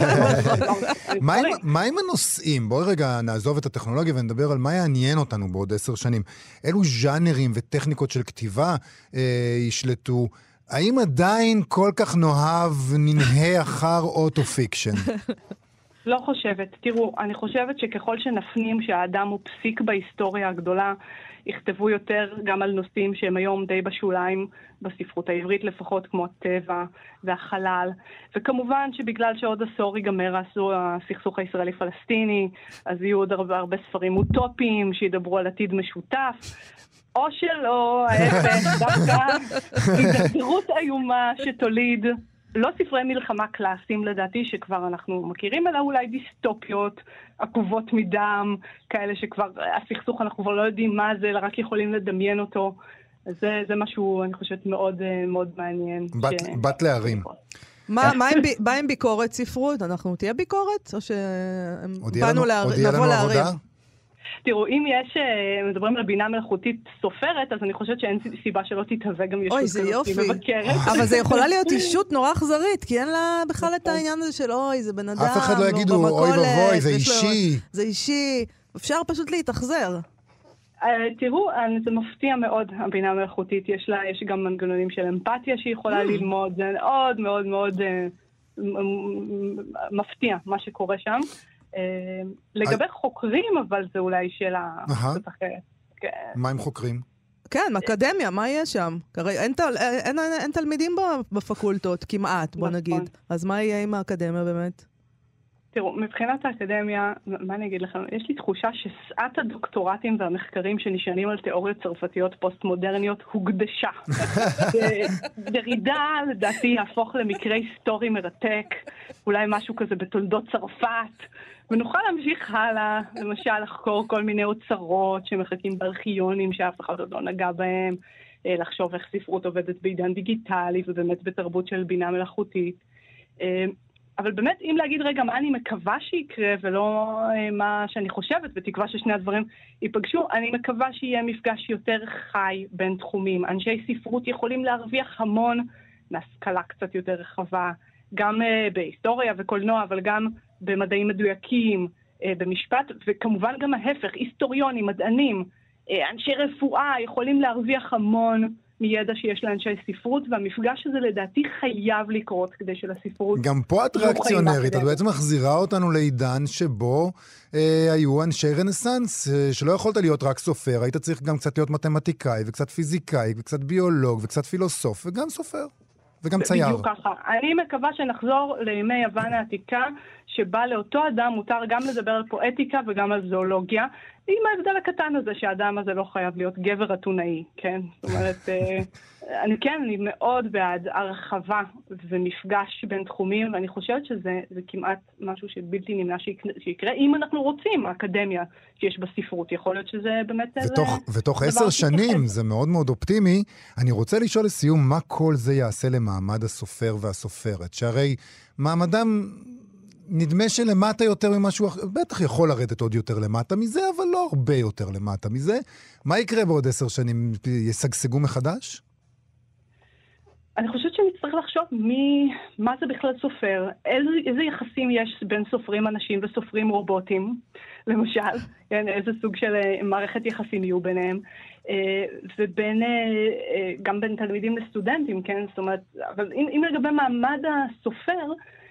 מה עם הנושאים? בואי רגע נעזוב את הטכנולוגיה ונדבר על מה יעניין אותנו בעוד 10 שנים. אילו ז'אנרים וטכניקות של כתיבה ישלטו? האם עדיין כל כך נוהב ננהה אחר אוטו-פיקשן? לא חושבת. תראו, אני חושבת שככל שנפנים שהאדם הוא פסיק בהיסטוריה הגדולה, יכתבו יותר גם על נושאים שהם היום די בשוליים בספרות העברית לפחות, כמו הטבע והחלל. וכמובן שבגלל שעוד עשור ייגמר הסכסוך הישראלי-פלסטיני, אז יהיו עוד הרבה ספרים אוטופיים שידברו על עתיד משותף. או שלא, ההפך, דווקא הידרדרות איומה שתוליד לא ספרי מלחמה קלאסיים לדעתי שכבר אנחנו מכירים, אלא אולי דיסטופיות, עקובות מדם, כאלה שכבר הסכסוך אנחנו כבר לא יודעים מה זה, אלא רק יכולים לדמיין אותו. אז זה משהו אני חושבת מאוד מאוד מעניין. בת להרים. מה עם ביקורת ספרות? אנחנו תהיה ביקורת? או שבאנו לבוא להרים? תראו, אם יש, מדברים על בינה מלאכותית סופרת, אז אני חושבת שאין סיבה שלא תתהווה גם ישות כזאת מבקרת. אבל זה יכולה להיות אישות נורא אכזרית, כי אין לה בכלל את העניין הזה של אוי, זה בן אדם. אף אחד לא יגידו, אוי ובוי, זה אישי. זה אישי. אפשר פשוט להתאכזר. תראו, זה מפתיע מאוד, הבינה המלאכותית. יש גם מנגנונים של אמפתיה שהיא יכולה ללמוד. זה מאוד מאוד מאוד מפתיע מה שקורה שם. לגבי חוקרים, אבל זה אולי שאלה קצת אחרת. מה עם חוקרים? כן, אקדמיה, מה יהיה שם? אין תלמידים בפקולטות, כמעט, בוא נגיד. אז מה יהיה עם האקדמיה באמת? תראו, מבחינת האקדמיה, מה אני אגיד לכם? יש לי תחושה ששאת הדוקטורטים והמחקרים שנשענים על תיאוריות צרפתיות פוסט-מודרניות הוקדשה. דרידה, לדעתי, יהפוך למקרה היסטורי מרתק, אולי משהו כזה בתולדות צרפת, ונוכל להמשיך הלאה, למשל לחקור כל מיני אוצרות שמחכים בארכיונים שאף אחד עוד לא נגע בהם, לחשוב איך ספרות עובדת בעידן דיגיטלי ובאמת בתרבות של בינה מלאכותית. אבל באמת, אם להגיד רגע מה אני מקווה שיקרה ולא מה שאני חושבת, בתקווה ששני הדברים ייפגשו, אני מקווה שיהיה מפגש יותר חי בין תחומים. אנשי ספרות יכולים להרוויח המון מהשכלה קצת יותר רחבה, גם בהיסטוריה וקולנוע, אבל גם במדעים מדויקים, במשפט, וכמובן גם ההפך, היסטוריונים, מדענים, אנשי רפואה יכולים להרוויח המון מידע שיש לאנשי ספרות, והמפגש הזה לדעתי חייב לקרות כדי שלספרות... גם פה את ריאקציונרית, את בעצם מחזירה אותנו לעידן שבו היו אנשי רנסנס, שלא יכולת להיות רק סופר, היית צריך גם קצת להיות מתמטיקאי, וקצת פיזיקאי, וקצת ביולוג, וקצת פילוסוף, וגם סופר. וגם צייר. בדיוק ככה. אני מקווה שנחזור לימי יוון העתיקה, שבה לאותו אדם מותר גם לדבר על פואטיקה וגם על זואולוגיה, עם ההבדל הקטן הזה שהאדם הזה לא חייב להיות גבר אתונאי, כן? זאת אומרת, אני מאוד בעד הרחבה ומפגש בין תחומים, ואני חושבת שזה כמעט משהו שבלתי נמנע שיקרה, אם אנחנו רוצים, האקדמיה שיש בספרות, יכול להיות שזה באמת... ותוך 10 שנים, זה מאוד מאוד אופטימי, אני רוצה לשאול לסיום, מה כל זה יעשה למעמד הסופר והסופרת? שהרי מעמדם... נדמה שלמטה יותר ממשהו אחר, בטח יכול לרדת עוד יותר למטה מזה, אבל לא הרבה יותר למטה מזה. מה יקרה בעוד 10 שנים? יסגסגו מחדש? אני חושבת שנצטרך לחשוב מה זה בכלל סופר, איזה יחסים יש בין סופרים אנשים וסופרים רובוטים, למשל, איזה סוג של מערכת יחסים יהיו ביניהם, ובין, גם בין תלמידים לסטודנטים, כן? זאת אומרת, אבל אם לגבי מעמד הסופר,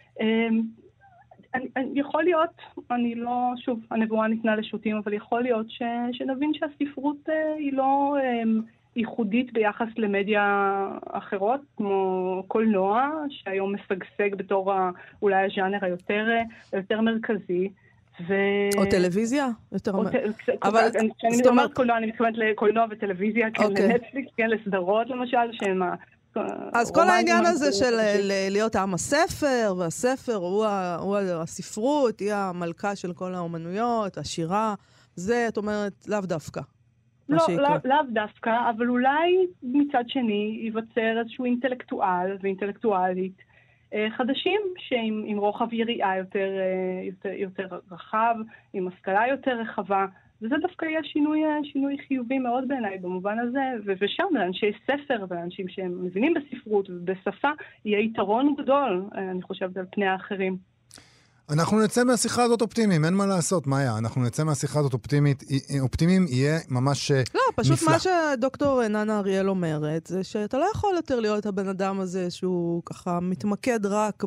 יכול להיות, אני לא, שוב, הנבואה ניתנה לשוטים, אבל יכול להיות שנבין שהספרות היא לא ייחודית ביחס למדיה אחרות, כמו קולנוע, שהיום משגשג בתור אולי הז'אנר היותר מרכזי. או טלוויזיה? אבל כשאני אומרת קולנוע, אני מתכוונת לקולנוע וטלוויזיה, כן, לנטפליקס, כן, לסדרות למשל, שהן אז כל העניין הזה של להיות עם הספר, והספר הוא הספרות, היא המלכה של כל האומנויות, השירה, זה, את אומרת, לאו דווקא. לאו דווקא, אבל אולי מצד שני ייווצר איזשהו אינטלקטואל ואינטלקטואלית חדשים, שעם רוחב יריעה יותר רחב, עם השכלה יותר רחבה, וזה דווקא יהיה שינוי חיובי מאוד בעיניי במובן הזה, ושם לאנשי ספר ולאנשים שהם מבינים בספרות ובשפה, יהיה יתרון גדול, אני חושבת, על פני האחרים. אנחנו נצא מהשיחה הזאת אופטימיים, אין מה לעשות, מאיה, אנחנו נצא מהשיחה הזאת אופטימיים יהיה ממש נפלא. לא, פשוט מה שדוקטור ננה אריאל אומרת, זה שאתה לא יכול יותר להיות הבן אדם הזה שהוא ככה מתמקד רק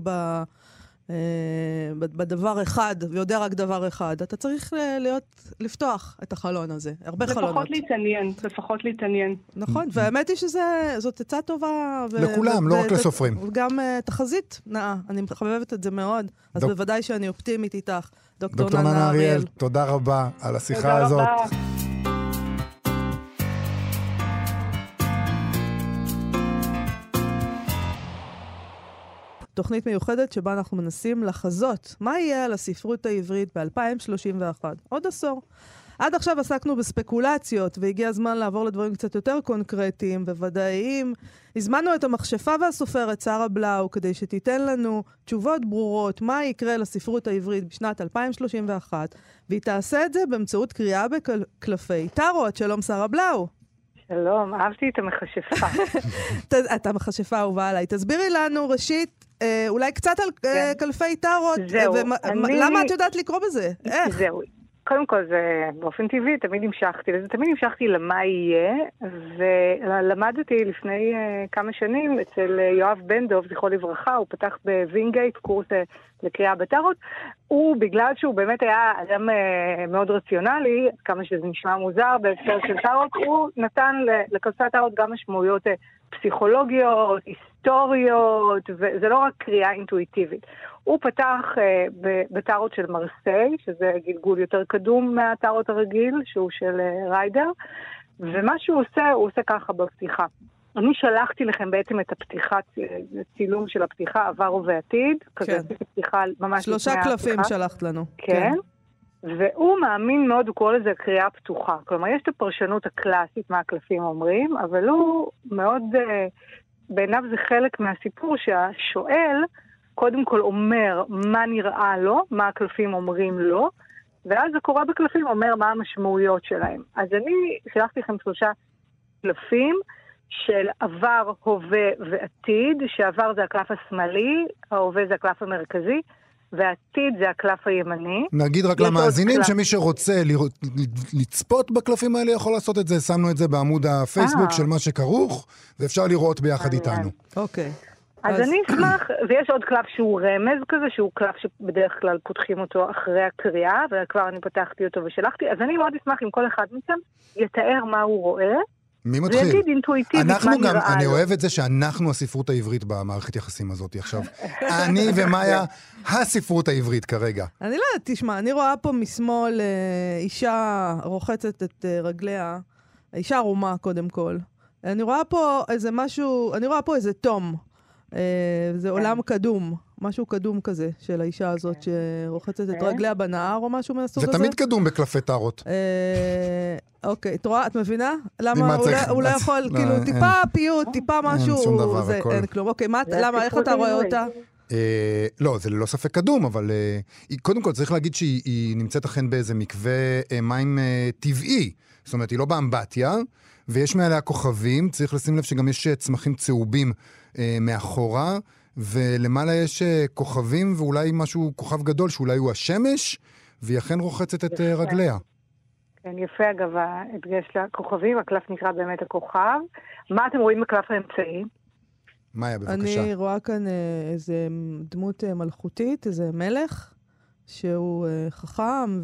בדבר אחד, ויודע רק דבר אחד. אתה צריך לפתוח את החלון הזה, הרבה חלונות. לפחות להתעניין. נכון, והאמת היא שזאת עצה טובה. לכולם, לא רק לסופרים. גם תחזית נאה, אני מחבבת את זה מאוד, אז בוודאי שאני אופטימית איתך, דוקטור ננה אריאל. תודה רבה על השיחה הזאת. תודה רבה. תוכנית מיוחדת שבה אנחנו מנסים לחזות מה יהיה על הספרות העברית ב-2031, עוד עשור. עד עכשיו עסקנו בספקולציות, והגיע הזמן לעבור לדברים קצת יותר קונקרטיים וודאיים. הזמנו את המכשפה והסופרת שרה בלאו כדי שתיתן לנו תשובות ברורות מה יקרה לספרות העברית בשנת 2031, והיא תעשה את זה באמצעות קריאה בקלפי טארוט. שלום שרה בלאו. שלום, אהבתי את המכשפה. אתה מכשפה אהובה עליי. תסבירי לנו ראשית, אולי קצת על קלפי טארוט, למה את יודעת לקרוא בזה? איך? זהו. קודם כל, זה באופן טבעי, תמיד המשכתי לזה, תמיד המשכתי למה יהיה, ולמדתי לפני כמה שנים אצל יואב בן דוב, זכרו לברכה, הוא פתח בווינגייט קורס לקריאה בטארוט, הוא, בגלל שהוא באמת היה אדם מאוד רציונלי, כמה שזה נשמע מוזר בהקשר של טארוט, הוא נתן לקלפי הטארוט גם משמעויות פסיכולוגיות, היסטוריות, וזה לא רק קריאה אינטואיטיבית. הוא פתח בטארוט של מרסיי, שזה גלגול יותר קדום מהטארוט הרגיל, שהוא של ריידר, ומה שהוא עושה ככה בפתיחה. אני שלחתי לכם בעצם את הפתיחה, צילום של הפתיחה, עבר ובעתיד, כזה פתיחה ממש... 3 קלפים שלחת לנו. כן. והוא מאמין מאוד, הוא קורא לזה קריאה פתוחה. כלומר, יש את הפרשנות הקלאסית מה הקלפים אומרים, אבל הוא מאוד, בעיניו זה חלק מהסיפור שהשואל קודם כל אומר מה נראה לו, מה הקלפים אומרים לו, ואז הקורא בקלפים אומר מה המשמעויות שלהם. אז אני שלחתי לכם 3 קלפים של עבר, הווה ועתיד, שעבר זה הקלף השמאלי, ההווה זה הקלף המרכזי, והעתיד זה הקלף הימני. נגיד רק למאזינים שמי שרוצה לצפות בקלפים האלה יכול לעשות את זה, שמנו את זה בעמוד הפייסבוק של מה שכרוך, ואפשר לראות ביחד איתנו. אוקיי. אז אני אשמח, ויש עוד קלף שהוא רמז כזה, שהוא קלף שבדרך כלל פותחים אותו אחרי הקריאה, וכבר אני פתחתי אותו ושלחתי, אז אני מאוד אשמח אם כל אחד מכם יתאר מה הוא רואה, מי מתחיל? ויגיד אינטואיטיבית מה נראה לו. אני אוהב את זה שאנחנו הספרות העברית במערכת יחסים הזאת עכשיו. אני ומאיה הספרות העברית כרגע. אני לא יודעת, תשמע, אני רואה פה משמאל אישה רוחצת את רגליה, אישה ערומה קודם כל. אני רואה פה איזה משהו, אני רואה פה איזה תום. זה עולם קדום, משהו קדום כזה של האישה הזאת שרוחצת את רגליה בנהר או משהו מהסוג הזה. זה תמיד קדום בקלפי טארוט. אוקיי, את מבינה? למה הוא לא יכול, כאילו טיפה פיוט, טיפה משהו, אין שום דבר, אין כלום. אוקיי, למה, איך אתה רואה אותה? לא, זה ללא ספק קדום, אבל קודם כל צריך להגיד שהיא נמצאת אכן באיזה מקווה מים טבעי, זאת אומרת, היא לא באמבטיה, ויש מעליה כוכבים, צריך לשים לב שגם יש צמחים צהובים מאחורה, ולמעלה יש כוכבים, ואולי משהו, כוכב גדול, שאולי הוא השמש, והיא אכן רוחצת את רגליה. כן, יפה אגב, הדגש לכוכבים, הקלף נקרא באמת הכוכב. מה אתם רואים בקלף האמצעי? מאיה, בבקשה. אני רואה כאן איזה דמות מלכותית, איזה מלך, שהוא חכם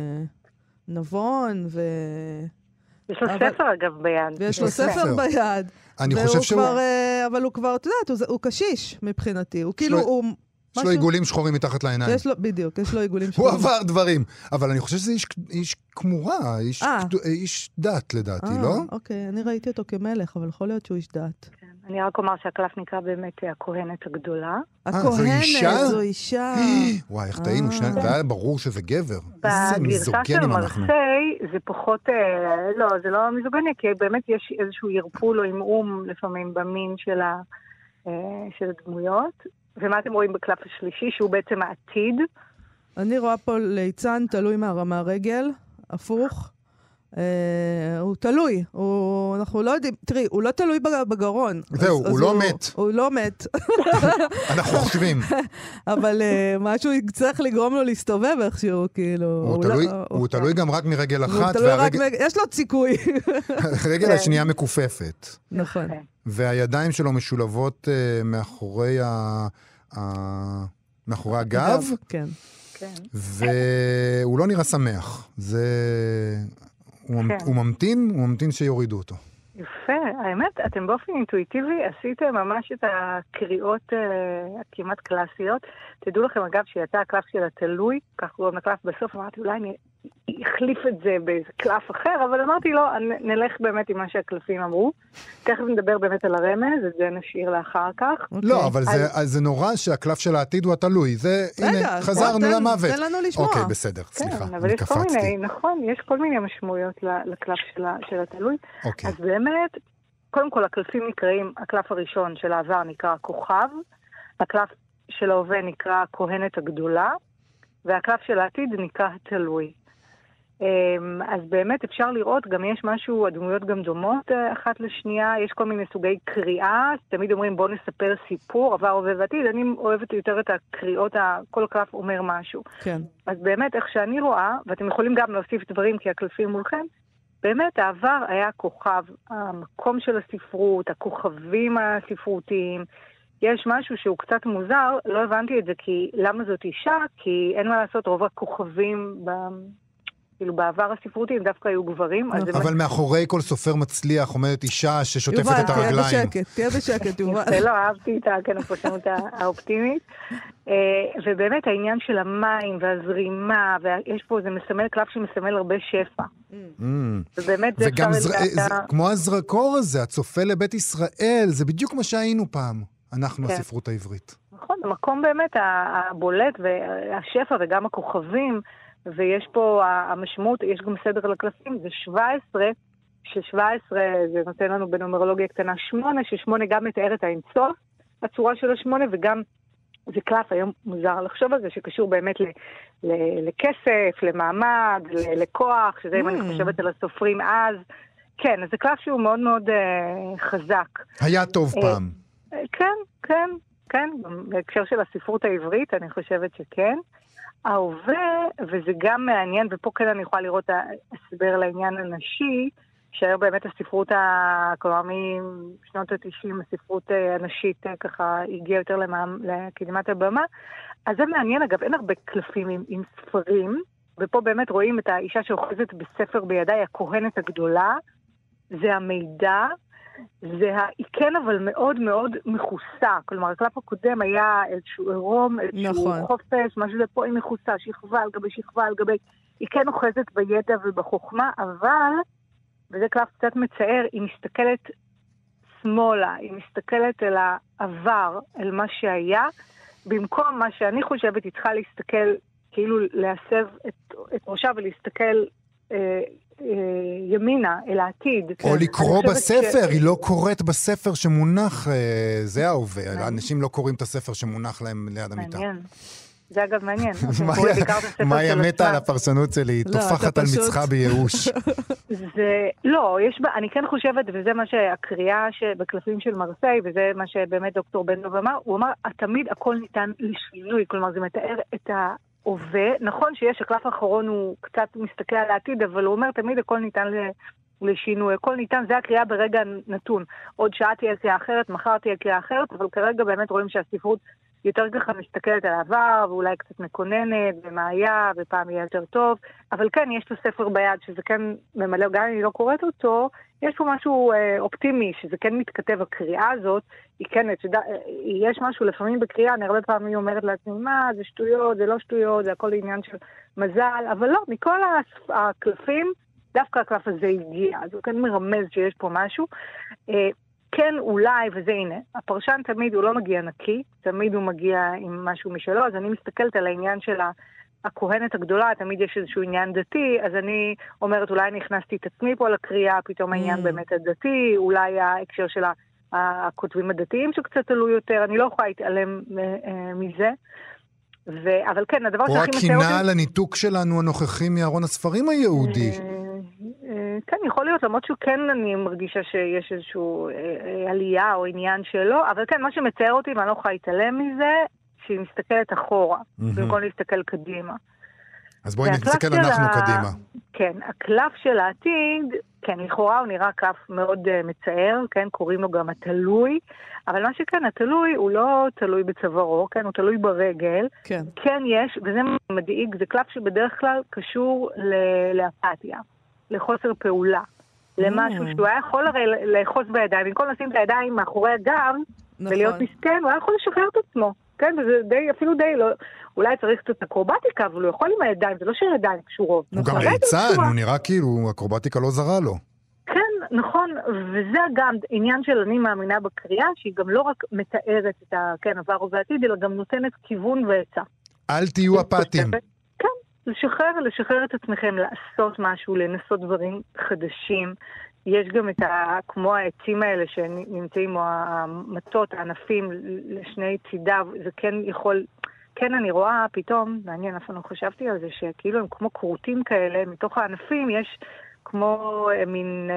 ונבון יש לו ספר אגב ביד. ויש לו ספר ביד. אני חושב שהוא... אבל הוא כבר, אתה יודעת, הוא קשיש מבחינתי. הוא כאילו, יש לו עיגולים שחורים מתחת לעיניים. בדיוק, יש לו עיגולים שחורים. הוא עבר דברים. אבל אני חושב שזה איש כמורה, איש דת לדעתי, לא? אוקיי, אני ראיתי אותו כמלך, אבל יכול להיות שהוא איש דת. אני רק אומר שהקלף נקרא באמת הכהנת הגדולה. הכהנת, זו אישה. וואי, איך טעינו, זה היה ברור שזה גבר. איזה מיזוגנים אנחנו. בגרסה של מרסיי זה פחות, לא, זה לא מיזוגני, כי באמת יש איזשהו ירפול או עמעום לפעמים במין של הדמויות. ומה אתם רואים בקלף השלישי, שהוא בעצם העתיד? אני רואה פה ליצן תלוי מהרמה רגל, הפוך. הוא תלוי, אנחנו לא יודעים, תראי, הוא לא תלוי בגרון. זהו, הוא לא מת. הוא לא מת. אנחנו חושבים. אבל משהו יצטרך לגרום לו להסתובב איכשהו, כאילו. הוא תלוי גם רק מרגל אחת. יש לו סיכוי. הרגל השנייה מקופפת. נכון. והידיים שלו משולבות מאחורי הגב. כן. והוא לא נראה שמח. הוא ממתין שיורידו אותו. יפה, האמת, אתם באופן אינטואיטיבי עשיתם ממש את הקריאות הכמעט קלאסיות. תדעו לכם אגב שיצא הקלף של התלוי, כך קוראים לקלף בסוף, אמרתי אולי אני אחליף את זה באיזה קלף אחר, אבל אמרתי לא, נלך באמת עם מה שהקלפים אמרו. תכף נדבר באמת על הרמז, את זה נשאיר לאחר כך. לא, אבל זה נורא שהקלף של העתיד הוא התלוי. הנה, חזרנו למוות. תן לנו לשמוע. אוקיי, בסדר, סליחה, אבל יש כל מיני, נכון, יש כל מיני משמעויות לקלף של התלוי. אז באמת, קודם כל הקלפים נקראים, הקלף הראשון של העבר נקרא כוכב, הקלף של ההווה נקרא כהנת הגדולה, והקלף של העתיד נקרא התלוי. אז באמת אפשר לראות, גם יש משהו, הדמויות גם דומות אחת לשנייה, יש כל מיני סוגי קריאה, תמיד אומרים בוא נספר סיפור, עבר, הווה ועתיד, אני אוהבת יותר את הקריאות, כל קלף אומר משהו. כן. אז באמת איך שאני רואה, ואתם יכולים גם להוסיף דברים כי הקלפים מולכם, באמת העבר היה כוכב, המקום של הספרות, הכוכבים הספרותיים, יש משהו שהוא קצת מוזר, לא הבנתי את זה כי למה זאת אישה, כי אין מה לעשות, רוב הכוכבים כאילו בעבר הספרותי הם דווקא היו גברים. אבל מאחורי כל סופר מצליח עומדת אישה ששוטפת את הרגליים. יובל, תהיה בשקט, יובל. לא אהבתי את הפרשנות האופטימית. ובאמת העניין של המים והזרימה, ויש פה, זה מסמל קלף שמסמל הרבה שפע. ובאמת זה וגם כמו הזרקור הזה, הצופה לבית ישראל, זה בדיוק מה שהיינו פעם, אנחנו הספרות העברית. נכון, המקום באמת הבולט והשפע וגם הכוכבים, ויש פה המשמעות, יש גם סדר לקלפים, זה 17, ש17 זה נותן לנו בנומרולוגיה קטנה 8, ש8 גם מתאר את האינסוף, הצורה של ה8, וגם זה קלף היום מוזר לחשוב על זה, שקשור באמת לכסף, למעמד, לכוח, שזה אם אני חושבת על הסופרים אז, כן, אז זה קלף שהוא מאוד מאוד חזק. היה טוב פעם. כן, בהקשר של הספרות העברית, אני חושבת שכן. ההווה, וזה גם מעניין, ופה כן אני יכולה לראות הסבר לעניין הנשי, שהיום באמת הספרות, כלומר משנות ה-90, הספרות הנשית ככה הגיעה יותר לקדמת הבמה, אז זה מעניין, אגב, אין הרבה קלפים עם ספרים, ופה באמת רואים את האישה שאוחזת בספר בידיי, הכהנת הגדולה, זה המידע, היא כן אבל מאוד מאוד מכוסה, כלומר הקלף הקודם היה איזשהו עירום, איזשהו חופש, משהו זה פה היא מכוסה, שכבה על גבי שכבה על גבי, היא כן אוחזת בידע ובחוכמה, אבל, וזה קלף קצת מצער, היא מסתכלת שמאלה, היא מסתכלת אל העבר, אל מה שהיה, במקום מה שאני חושבת היא צריכה להסתכל, כאילו להסב את ראשה ולהסתכל ימינה, אל העתיד. או לקרוא בספר, היא לא קוראת בספר שמונח, זה ההווה, אנשים לא קוראים את הספר שמונח להם ליד המיטה. מעניין. זה אגב מעניין. מאיה מתה על הפרשנות שלי, היא טופחת על מצחה בייאוש. לא, אני כן חושבת, וזה מה שהקריאה בקלפים של מרסיי, וזה מה שבאמת דוקטור בן-דב אמר, הוא אמר, תמיד הכל ניתן לשינוי, כלומר זה מתאר את ההווה, נכון שיש, הקלף האחרון הוא קצת מסתכל על העתיד, אבל הוא אומר, תמיד הכל ניתן לשינוי, הכל ניתן, זה הקריאה ברגע נתון. עוד שעה תהיה קריאה אחרת, מחר תהיה קריאה אחרת, אבל כרגע באמת רואים שהספרות יותר ככה מסתכלת על העבר, ואולי קצת מקוננת, ומה היה, ופעם יהיה יותר טוב. אבל כן, יש לו ספר ביד, שזה כן ממלא, גם אם אני לא קוראת אותו, יש פה משהו אופטימי, שזה כן מתכתב, הקריאה הזאת, היא כן, יש משהו לפעמים בקריאה, אני הרבה פעמים אומרת לעצמי, מה, זה שטויות, זה לא שטויות, זה הכל עניין של מזל, אבל לא, מכל הקלפים, דווקא הקלף הזה הגיע, אז הוא כן מרמז שיש פה משהו. כן, אולי, וזה הנה, הפרשן תמיד הוא לא מגיע נקי, תמיד הוא מגיע עם משהו משלו, אז אני מסתכלת על העניין של הכהנת הגדולה, תמיד יש איזשהו עניין דתי, אז אני אומרת, אולי אני הכנסתי את עצמי פה לקריאה, פתאום העניין באמת הדתי, אולי ההקשר של הכותבים הדתיים שקצת תלוי יותר, אני לא יכולה להתעלם מזה. אבל כן, הדבר שהכי מצא אותי... או הקינה על הניתוק שלנו הנוכחי מארון הספרים היהודי. כן, יכול להיות, למרות שכן אני מרגישה שיש איזשהו עלייה או עניין שלו, אבל כן, מה שמצער אותי, ואני לא יכולה להתעלם מזה, שהיא מסתכלת אחורה, במקום להסתכל קדימה. אז בואי נסתכל אנחנו קדימה. כן, הקלף של העתיד, כן, לכאורה הוא נראה קלף מאוד מצער, כן, קוראים לו גם התלוי, אבל מה שכן, התלוי הוא לא תלוי בצווארו, כן, הוא תלוי ברגל. כן. כן יש, וזה מדאיג, זה קלף שבדרך כלל קשור לאפתיה, לחוסר פעולה, למשהו שהוא היה יכול הרי לאחוז בידיים, במקום לשים את הידיים מאחורי הגב, ולהיות מסכן, הוא היה יכול לשחרר את עצמו. כן, וזה די, אפילו די, לא, אולי צריך קצת אקרובטיקה, אבל הוא יכול עם הידיים, זה לא שהידיים קשורות. הוא גם ליצן, הוא נראה כאילו, אקרובטיקה לא זרה לו. כן, נכון, וזה גם עניין של אני מאמינה בקריאה, שהיא גם לא רק מתארת את עבר ובעתיד, אלא גם נותנת כיוון ועצה. אל תהיו אפתיים. כן, לשחרר את עצמכם, לעשות משהו, לנסות דברים חדשים. יש גם כמו העצים האלה שנמצאים, או המטות, הענפים לשני צידיו, זה כן יכול, כן אני רואה פתאום, מעניין, אף לא חשבתי על זה, שכאילו הם כמו קרוטים כאלה, מתוך הענפים יש כמו מין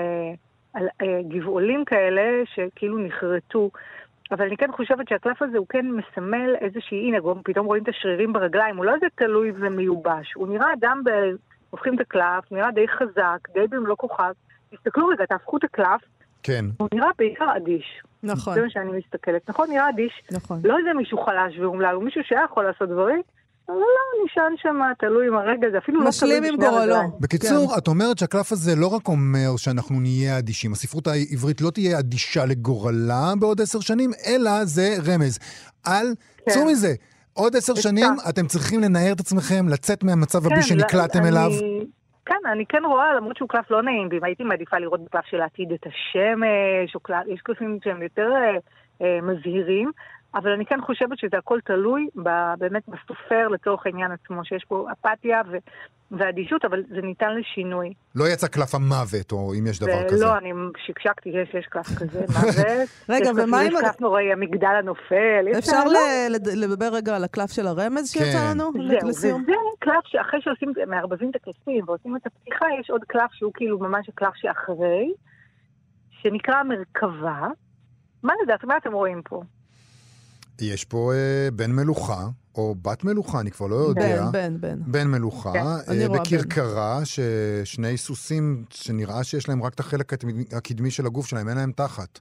גבעולים כאלה, שכאילו נחרטו, אבל אני כן חושבת שהקלף הזה הוא כן מסמל איזושהי, הנה, פתאום רואים את השרירים ברגליים, הוא לא איזה תלוי ומיובש, הוא נראה אדם, הופכים את הקלף, נראה די חזק, די במלוא כוכב, תסתכלו רגע, תהפכו את הקלף, כן. הוא נראה בעיקר אדיש. נכון. זה מה שאני מסתכלת. נכון, נראה אדיש. נכון. לא איזה מישהו חלש ואומלל, הוא מישהו שיכול לעשות דברים, אבל לא, נשען שם, תלוי עם הרגע, זה אפילו לא משלים עם גורלו. בקיצור, את אומרת שהקלף הזה לא רק אומר שאנחנו נהיה אדישים, הספרות העברית לא תהיה אדישה לגורלה בעוד 10 שנים, אלא זה רמז. צאו מזה, עוד 10 שנים אתם צריכים לנער את עצמכם, לצאת מהמצב הבא שנקלעתם אליו. כן, אני כן רואה, למרות שהוא קלף לא נעים, ואם הייתי מעדיפה לראות בקלף של העתיד את השמש, או יש קלפים שהם יותר מזהירים, אבל אני כן חושבת שזה הכל תלוי באמת בסופר לצורך העניין עצמו, שיש פה אפתיה ואדישות, אבל זה ניתן לשינוי. לא יצא קלף המוות, או אם יש דבר כזה. לא, אני שקשקתי, יש קלף כזה, מוות. רגע, ומה עם... יש קלף נוראי, המגדל הנופל. אפשר לדבר רגע על הקלף של הרמז שיצא לנו? זהו, וזה קלף שאחרי שעושים, מערבבים את הקלפים ועושים את הפתיחה, יש עוד קלף שהוא כאילו ממש הקלף שאחרי, שנקרא מרכבה. מה לדעת? מה אתם רואים פה? יש פה בן מלוכה, או בת מלוכה, אני כבר לא יודע. בן מלוכה, בקרקרה, ששני סוסים שנראה שיש להם רק את החלק הקדמי של הגוף שלהם, אין להם תחת.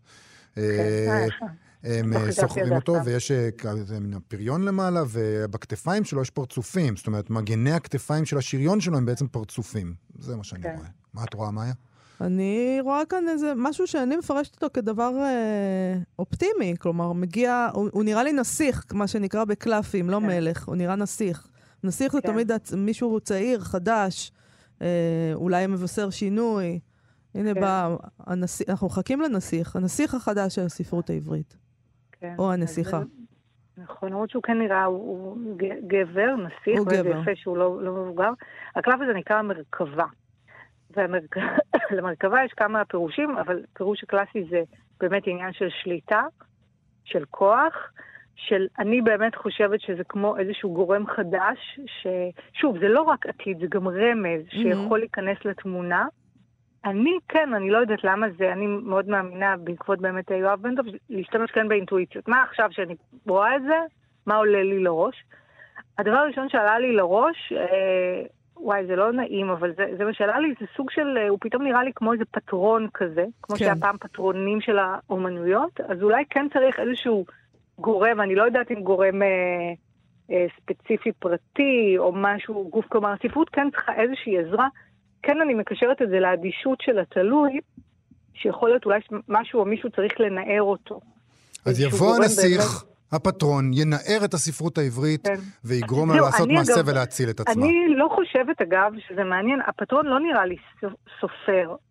הם סוחרים אותו, ויש פריון למעלה, ובכתפיים שלו יש פרצופים. זאת אומרת, מגני הכתפיים של השריון שלו הם בעצם פרצופים. זה מה שאני רואה. מה את רואה, מאיה? אני רואה כאן איזה משהו שאני מפרשת אותו כדבר אופטימי, כלומר, הוא נראה לי נסיך, מה שנקרא בקלפים, לא מלך, הוא נראה נסיך. נסיך זה תמיד מישהו צעיר, חדש, אולי מבשר שינוי. הנה בא, אנחנו מחכים לנסיך, הנסיך החדש של הספרות העברית. או הנסיכה. נכון, למרות שהוא כן נראה, הוא גבר, נסיך, וזה יפה שהוא לא מבוגר. הקלף הזה נקרא מרכבה. ולמרכבה יש כמה פירושים, אבל פירוש הקלאסי זה באמת עניין של שליטה, של כוח, של אני באמת חושבת שזה כמו איזשהו גורם חדש, ששוב, זה לא רק עתיד, זה גם רמז שיכול להיכנס לתמונה. אני לא יודעת למה זה, אני מאוד מאמינה בעקבות באמת יואב בן דב, להשתמש כאן באינטואיציות. מה עכשיו שאני רואה את זה? מה עולה לי לראש? הדבר הראשון שעלה לי לראש, וואי, זה לא נעים, אבל זה מה שעלה לי, זה סוג של, הוא פתאום נראה לי כמו איזה פטרון כזה, כמו שהפעם פטרונים של האומנויות, אז אולי כן צריך איזשהו גורם, אני לא יודעת אם גורם ספציפי פרטי, או משהו, גוף, כלומר, הספרות כן צריכה איזושהי עזרה, כן אני מקשרת את זה לאדישות של התלוי, שיכול להיות אולי משהו או מישהו צריך לנער אותו. אז יבוא הנסיך, הפטרון, ינער את הספרות העברית, ויגרום לה לעשות מעשה ולהציל את עצמה. אני לא חושבת, אגב, שזה מעניין, הפטרון לא נראה לי סופר,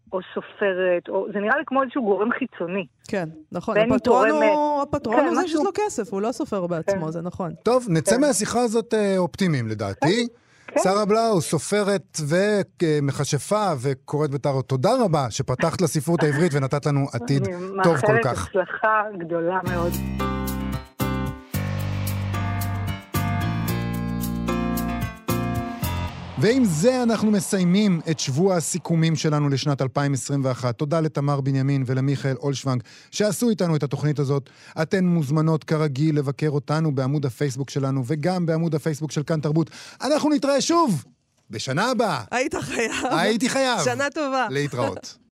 או סופרת, זה נראה לי כמו איזשהו גורם חיצוני. כן, נכון. בין הפטרון כן, הוא זה משהו- שיש לו כסף, הוא לא סופר בעצמו, זה נכון. טוב, נצא מהשיחה הזאת אופטימיים לדעתי. שרה בלאו, סופרת ומכשפה וקוראת בטארו. תודה רבה שפתחת לספרות העברית ונתת לנו עתיד טוב כל מאחלת כך. הצלחה גדולה מאוד. ועם זה אנחנו מסיימים את שבוע הסיכומים שלנו לשנת 2021. תודה לתמר בנימין ולמיכאל אולשוונג שעשו איתנו את התוכנית הזאת. אתן מוזמנות כרגיל לבקר אותנו בעמוד הפייסבוק שלנו וגם בעמוד הפייסבוק של כאן תרבות. אנחנו נתראה שוב בשנה הבאה. היית חייב. הייתי חייב. שנה טובה. להתראות.